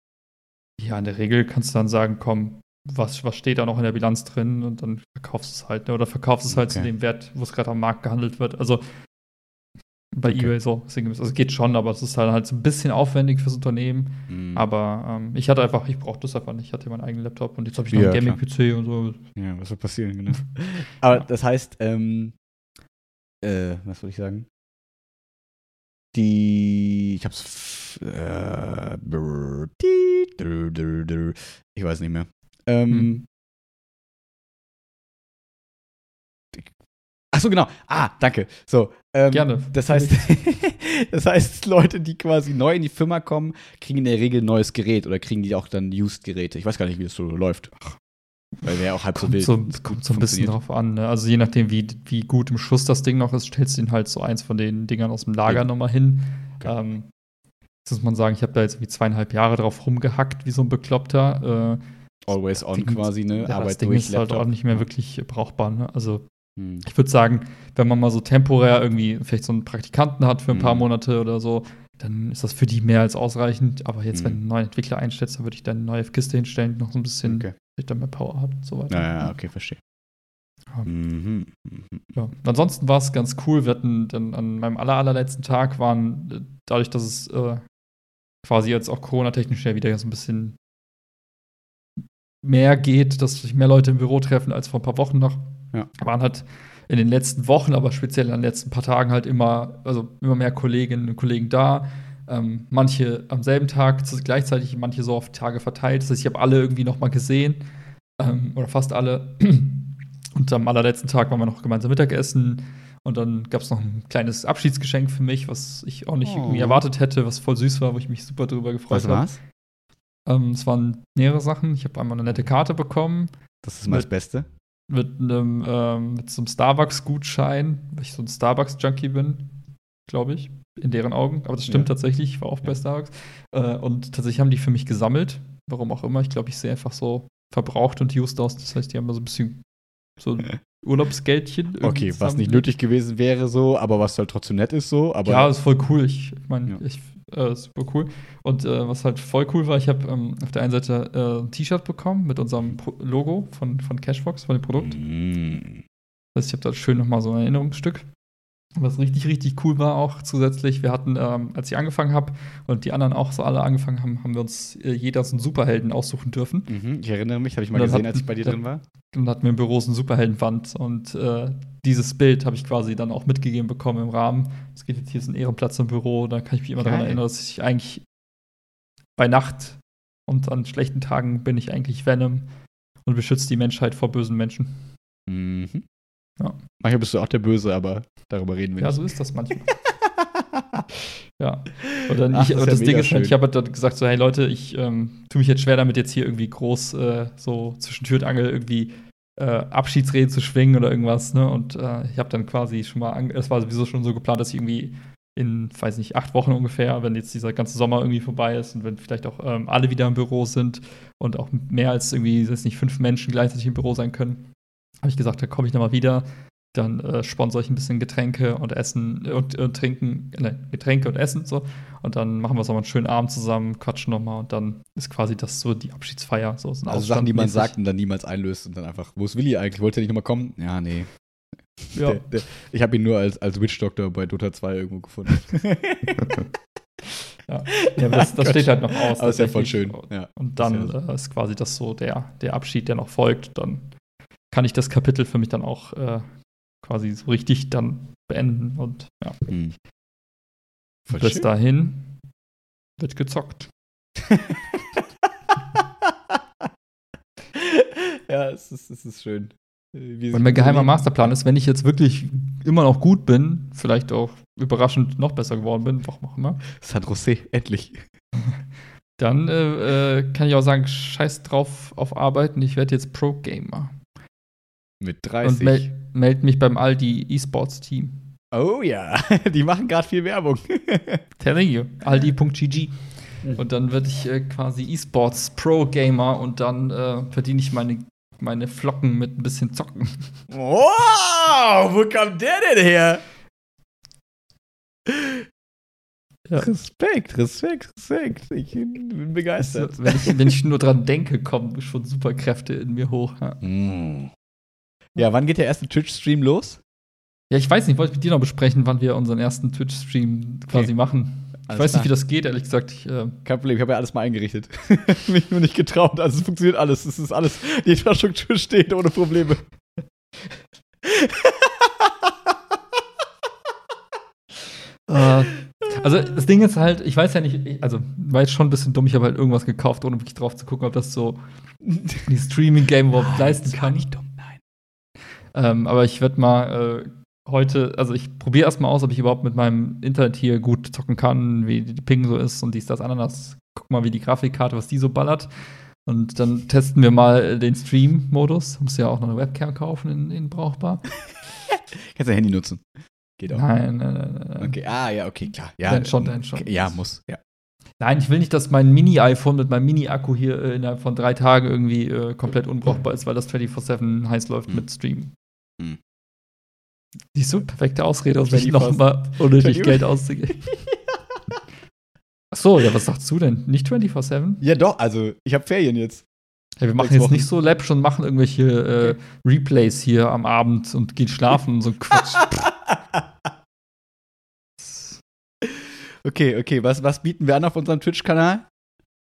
Speaker 1: der Regel kannst du dann sagen, komm, was steht da noch in der Bilanz drin und dann verkaufst du es halt, ne? Oder verkaufst es halt zu dem Wert, wo es gerade am Markt gehandelt wird. Also bei eBay so. Also es geht schon, aber es ist halt so ein bisschen aufwendig fürs Unternehmen. Aber ich brauchte das einfach nicht. Ich hatte meinen eigenen Laptop und jetzt habe ich noch einen Gaming-PC und so.
Speaker 2: Ja, was soll passieren, genau. Aber das heißt, was wollte ich sagen? Ich hab's ich weiß nicht mehr. Ach so, genau. Danke. So,
Speaker 1: gerne.
Speaker 2: Das heißt, Leute, die quasi neu in die Firma kommen, kriegen in der Regel ein neues Gerät oder kriegen die auch dann Used-Geräte. Ich weiß gar nicht, wie das so läuft. Weil der auch halb so wild.
Speaker 1: Kommt so ein bisschen drauf an. Ne? Also je nachdem, wie gut im Schuss das Ding noch ist, stellst du ihn halt so eins von den Dingern aus dem Lager nochmal hin. Okay. Jetzt muss man sagen, ich habe da jetzt irgendwie 2,5 Jahre drauf rumgehackt, wie so ein Bekloppter.
Speaker 2: Always on quasi, ne?
Speaker 1: Ja, das Ding ist halt auch nicht mehr wirklich brauchbar. Ne? Also ich würde sagen, wenn man mal so temporär irgendwie vielleicht so einen Praktikanten hat für ein paar Monate oder so, dann ist das für die mehr als ausreichend. Aber jetzt, wenn du einen neuen Entwickler einstellst, dann würde ich dann eine neue Kiste hinstellen, die noch so ein bisschen dann mehr Power hat und so weiter.
Speaker 2: Ja, okay, verstehe.
Speaker 1: Ja. Ansonsten war es ganz cool. Wir hatten dann an meinem allerletzten Tag dadurch, dass es quasi jetzt auch Corona-technisch ja wieder so ein bisschen mehr geht, dass sich mehr Leute im Büro treffen als vor ein paar Wochen noch.
Speaker 2: Ja.
Speaker 1: Waren halt in den letzten Wochen, aber speziell in den letzten paar Tagen halt immer mehr Kolleginnen und Kollegen da. Manche am selben Tag gleichzeitig, manche so auf Tage verteilt. Das heißt, ich habe alle irgendwie noch mal gesehen. Oder fast alle. Und am allerletzten Tag waren wir noch gemeinsam Mittagessen. Und dann gab es noch ein kleines Abschiedsgeschenk für mich, was ich auch nicht irgendwie erwartet hätte, was voll süß war, wo ich mich super drüber gefreut habe.
Speaker 2: Was war's?
Speaker 1: Es waren mehrere Sachen. Ich habe einmal eine nette Karte bekommen.
Speaker 2: Das ist mal das Beste.
Speaker 1: Mit so einem Starbucks-Gutschein, weil ich so ein Starbucks-Junkie bin, glaube ich, in deren Augen. Aber das stimmt tatsächlich, ich war auch bei Starbucks. Und tatsächlich haben die für mich gesammelt, warum auch immer. Ich glaube, ich sehe einfach so verbraucht und used aus. Das heißt, die haben da so ein bisschen so ein Urlaubsgeldchen.
Speaker 2: Okay, was nicht nötig gewesen wäre so, aber was halt trotzdem nett ist so. Aber
Speaker 1: ja, ist voll cool. Ich meine, super cool. Und was halt voll cool war, ich habe auf der einen Seite ein T-Shirt bekommen mit unserem Logo von Cashbox, von dem Produkt. Das heißt, ich habe da schön nochmal so ein Erinnerungsstück. Was richtig, richtig cool war auch zusätzlich, wir hatten, als ich angefangen habe und die anderen auch so alle angefangen haben, haben wir uns jeder so einen Superhelden aussuchen dürfen.
Speaker 2: Ich erinnere mich, habe ich mal gesehen, als ich bei dir drin war.
Speaker 1: Und hatten wir im Büro so eine Superheldenwand und dieses Bild habe ich quasi dann auch mitgegeben bekommen im Rahmen. Es geht jetzt hier so ein Ehrenplatz im Büro, da kann ich mich immer daran erinnern, dass ich eigentlich bei Nacht und an schlechten Tagen bin ich eigentlich Venom und beschütze die Menschheit vor bösen Menschen. Ja.
Speaker 2: Manchmal bist du auch der Böse, aber darüber reden wir nicht.
Speaker 1: Ja, so ist das manchmal. Ja. Und dann das Ding ist halt, ich habe dann gesagt so, hey Leute, ich tue mich jetzt schwer damit, jetzt hier irgendwie groß so zwischen Tür und Angel irgendwie Abschiedsreden zu schwingen oder irgendwas, ne? Und ich habe dann quasi schon mal, es war sowieso schon so geplant, dass ich irgendwie in, weiß nicht, 8 Wochen ungefähr, wenn jetzt dieser ganze Sommer irgendwie vorbei ist und wenn vielleicht auch alle wieder im Büro sind und auch mehr als irgendwie, weiß nicht, 5 Menschen gleichzeitig im Büro sein können, habe ich gesagt, da komme ich nochmal wieder. Dann sponsere ich ein bisschen Getränke und Essen und Trinken, Getränke und Essen so. Und dann machen wir so mal einen schönen Abend zusammen, quatschen nochmal und dann ist quasi das so die Abschiedsfeier. So
Speaker 2: also Sachen, die man sagt und dann niemals einlöst und dann einfach, wo ist Willi eigentlich? Wollte er nicht nochmal kommen? Ja, nee. Ja. Ich habe ihn nur als Witch-Doktor bei Dota 2 irgendwo gefunden.
Speaker 1: Ja, das steht halt noch aus.
Speaker 2: Aber ist ja voll schön. Ja.
Speaker 1: Und dann ist quasi das so der Abschied, der noch folgt. Dann kann ich das Kapitel für mich dann auch quasi so richtig dann beenden und ja. Bis dahin wird gezockt.
Speaker 2: Ja, es ist schön.
Speaker 1: Und mein geheimer Masterplan ist, wenn ich jetzt wirklich immer noch gut bin, vielleicht auch überraschend noch besser geworden bin, warum auch immer.
Speaker 2: San Jose, endlich.
Speaker 1: Dann kann ich auch sagen, scheiß drauf auf Arbeiten, ich werde jetzt Pro-Gamer.
Speaker 2: Mit 30.
Speaker 1: Und meld mich beim Aldi E-Sports-Team.
Speaker 2: Oh ja, die machen gerade viel Werbung.
Speaker 1: Telling you. Aldi.gg. Und dann werde ich quasi E-Sports-Pro-Gamer und dann verdiene ich meine Flocken mit ein bisschen Zocken.
Speaker 2: Wow, wo kam der denn her? Ja. Respekt. Ich bin begeistert.
Speaker 1: Also, wenn ich nur dran denke, kommen schon Superkräfte in mir hoch.
Speaker 2: Ja, wann geht der erste Twitch-Stream los?
Speaker 1: Ja, ich weiß nicht, wollte ich mit dir noch besprechen, wann wir unseren ersten Twitch-Stream quasi machen. Ich weiß nicht, wie das geht, ehrlich gesagt.
Speaker 2: Kein Problem, ich habe ja alles mal eingerichtet. Mich nur nicht getraut. Also es funktioniert alles. Es ist alles, die Infrastruktur steht ohne Probleme.
Speaker 1: Also das Ding ist halt, ich weiß ja nicht, also war jetzt schon ein bisschen dumm, ich habe halt irgendwas gekauft, ohne wirklich drauf zu gucken, ob das so die Streaming-Game überhaupt leisten kann.
Speaker 2: Nicht dumm, nein.
Speaker 1: Aber ich werde mal heute, also ich probiere erstmal aus, ob ich überhaupt mit meinem Internet hier gut zocken kann, wie die Ping so ist und dies, das, Ananas. Guck mal, wie die Grafikkarte, was die so ballert. Und dann testen wir mal den Stream-Modus. Du musst ja auch noch eine Webcam kaufen in brauchbar.
Speaker 2: Kannst dein Handy nutzen. Geht auch.
Speaker 1: Nein.
Speaker 2: Okay, ja, okay, klar. Ja,
Speaker 1: dann schon.
Speaker 2: Okay, ja, muss, ja.
Speaker 1: Nein, ich will nicht, dass mein Mini-iPhone mit meinem Mini-Akku hier innerhalb von 3 Tagen irgendwie komplett unbrauchbar ist, weil das 24/7 heiß läuft mit Stream. Siehst du, perfekte Ausrede, um sich nochmal unnötig Geld auszugeben. Achso, ja, was sagst du denn? Nicht 24/7?
Speaker 2: Ja, doch, also ich habe Ferien jetzt.
Speaker 1: Ja, wir machen jetzt nicht so läppisch und machen irgendwelche Replays hier am Abend und gehen schlafen und so Quatsch.
Speaker 2: Okay, was bieten wir an auf unserem Twitch-Kanal?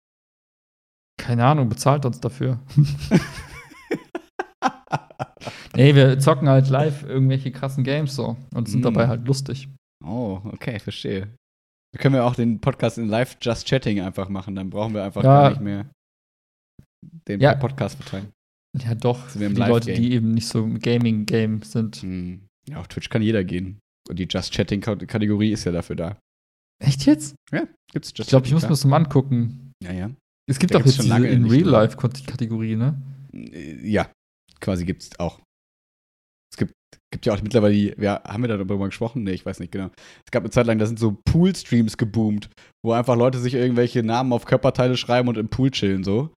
Speaker 1: Keine Ahnung, bezahlt uns dafür. Nee, wir zocken halt live irgendwelche krassen Games so und sind dabei halt lustig.
Speaker 2: Oh, okay, verstehe. Da können wir auch den Podcast in Live Just Chatting einfach machen. Dann brauchen wir einfach gar nicht mehr den Podcast verteilen.
Speaker 1: Ja, doch.
Speaker 2: Für
Speaker 1: die Leute, die eben nicht so im Gaming-Game sind.
Speaker 2: Ja, auf Twitch kann jeder gehen. Und die Just Chatting-Kategorie ist ja dafür da.
Speaker 1: Echt jetzt?
Speaker 2: Ja, gibt's Just Chatting.
Speaker 1: Ich glaube, ich muss mir das mal angucken.
Speaker 2: Ja.
Speaker 1: Es gibt doch jetzt schon lange in Real-Life-Kategorie, ne?
Speaker 2: Ja, quasi gibt's auch. Es gibt ja auch mittlerweile haben wir darüber mal gesprochen? Nee, ich weiß nicht genau. Es gab eine Zeit lang, da sind so Pool-Streams geboomt, wo einfach Leute sich irgendwelche Namen auf Körperteile schreiben und im Pool chillen, so.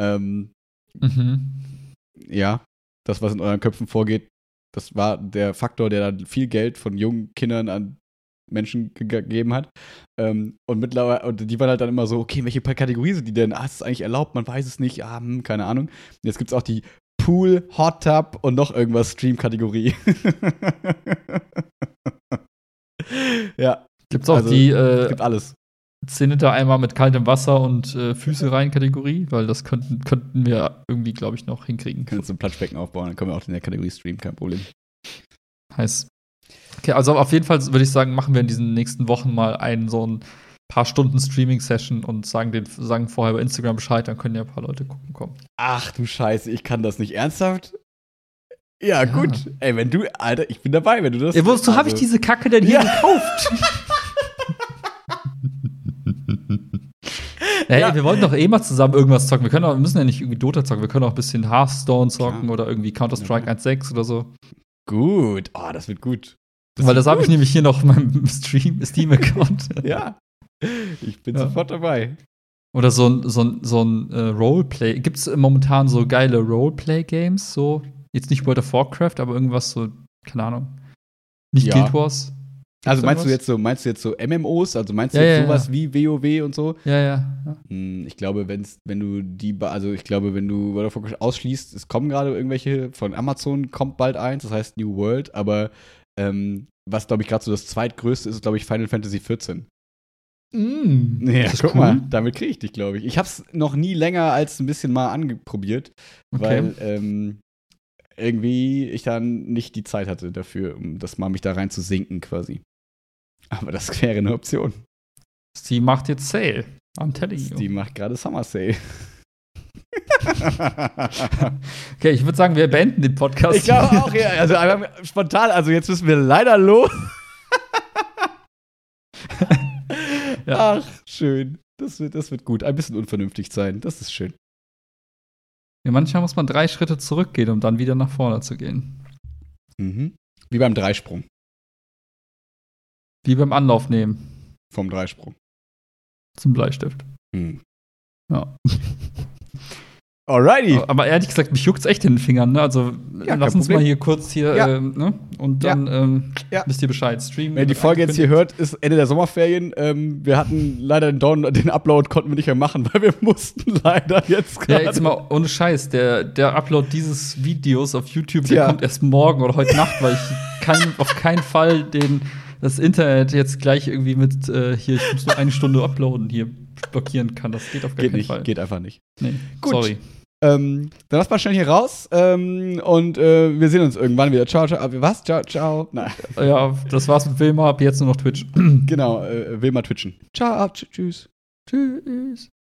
Speaker 2: Ja, das, was in euren Köpfen vorgeht, das war der Faktor, der dann viel Geld von jungen Kindern an Menschen gegeben hat. Und mittlerweile, und die waren halt dann immer so, okay, welche Kategorie sind die denn? Ist es eigentlich erlaubt? Man weiß es nicht. Keine Ahnung. Und jetzt gibt es auch die Pool, Hot Tub und noch irgendwas Stream-Kategorie. Ja.
Speaker 1: Gibt's auch die
Speaker 2: gibt alles.
Speaker 1: 10 Liter Eimer mit kaltem Wasser und Füße rein Kategorie, weil das könnten wir irgendwie, glaube ich, noch hinkriegen.
Speaker 2: Können uns ein Planschbecken aufbauen, dann können wir auch in der Kategorie streamen, kein Problem.
Speaker 1: Heißt. Okay, also auf jeden Fall würde ich sagen, machen wir in diesen nächsten Wochen mal so ein paar Stunden Streaming-Session und sagen vorher bei Instagram Bescheid, dann können ja ein paar Leute kommen.
Speaker 2: Ach du Scheiße, ich kann das nicht ernsthaft? Ja, gut. Ey, Alter, ich bin dabei, wenn du das.
Speaker 1: Ja, wozu habe ich diese Kacke denn hier gekauft? Ey, wir wollten doch mal zusammen irgendwas zocken. Wir müssen ja nicht irgendwie Dota zocken, wir können auch ein bisschen Hearthstone zocken oder irgendwie Counter-Strike 1.6 oder so.
Speaker 2: Gut. Oh, das wird gut.
Speaker 1: Weil das habe ich nämlich hier noch in meinem Steam-Account.
Speaker 2: Ja. Ich bin sofort dabei.
Speaker 1: Oder so ein Roleplay. Gibt es momentan so geile Roleplay-Games? So, jetzt nicht World of Warcraft, aber irgendwas so, keine Ahnung. Nicht Guild Wars.
Speaker 2: Also meinst du jetzt so MMOs? Also meinst du jetzt sowas wie WoW und so?
Speaker 1: Ja.
Speaker 2: Ich glaube, wenn du World of Warcraft ausschließt, es kommen gerade irgendwelche, von Amazon kommt bald eins, das heißt New World, aber was, glaube ich, gerade so das zweitgrößte ist, glaube ich, Final Fantasy 14. Ja, guck mal, damit kriege ich dich, glaube ich. Ich habe es noch nie länger als ein bisschen mal angeprobiert, weil irgendwie ich dann nicht die Zeit hatte dafür, um das mal mich da rein zu sinken quasi. Aber das wäre eine Option.
Speaker 1: Steam macht jetzt Sale. I'm telling you.
Speaker 2: Steam macht gerade Summer Sale.
Speaker 1: Okay, ich würde sagen, wir beenden den Podcast.
Speaker 2: Ich glaube auch, ja. Also spontan, also jetzt müssen wir leider los. Ja. Ach, schön. Das wird gut. Ein bisschen unvernünftig sein. Das ist schön.
Speaker 1: Ja, manchmal muss man 3 Schritte zurückgehen, um dann wieder nach vorne zu gehen.
Speaker 2: Mhm. Wie beim Dreisprung.
Speaker 1: Wie beim Anlauf nehmen.
Speaker 2: Vom Dreisprung.
Speaker 1: Zum Bleistift. Ja.
Speaker 2: Alrighty.
Speaker 1: Aber ehrlich gesagt, mich juckt's echt in den Fingern, ne? Also lass uns mal hier kurz ne? Und dann wisst ihr Bescheid. Streamen.
Speaker 2: Wenn ihr die Folge jetzt hier hört, ist Ende der Sommerferien. Wir hatten leider den Upload konnten wir nicht mehr machen, weil wir mussten leider jetzt gerade.
Speaker 1: Ja, jetzt mal ohne Scheiß. Der Upload dieses Videos auf YouTube, der kommt erst morgen oder heute Nacht, weil ich auf keinen Fall das Internet jetzt gleich irgendwie mit ich muss nur 1 Stunde uploaden hier blockieren kann. Das geht auf keinen Fall.
Speaker 2: Geht einfach nicht.
Speaker 1: Nee,
Speaker 2: gut.
Speaker 1: Sorry.
Speaker 2: Dann lass mal schnell hier raus und wir sehen uns irgendwann wieder. Ciao, ciao. Was? Ciao, ciao. Nein.
Speaker 1: Ja, das war's mit Wilma. Ab jetzt nur noch Twitch.
Speaker 2: Genau, Wilma twitchen. Ciao, tschüss.
Speaker 1: Tschüss.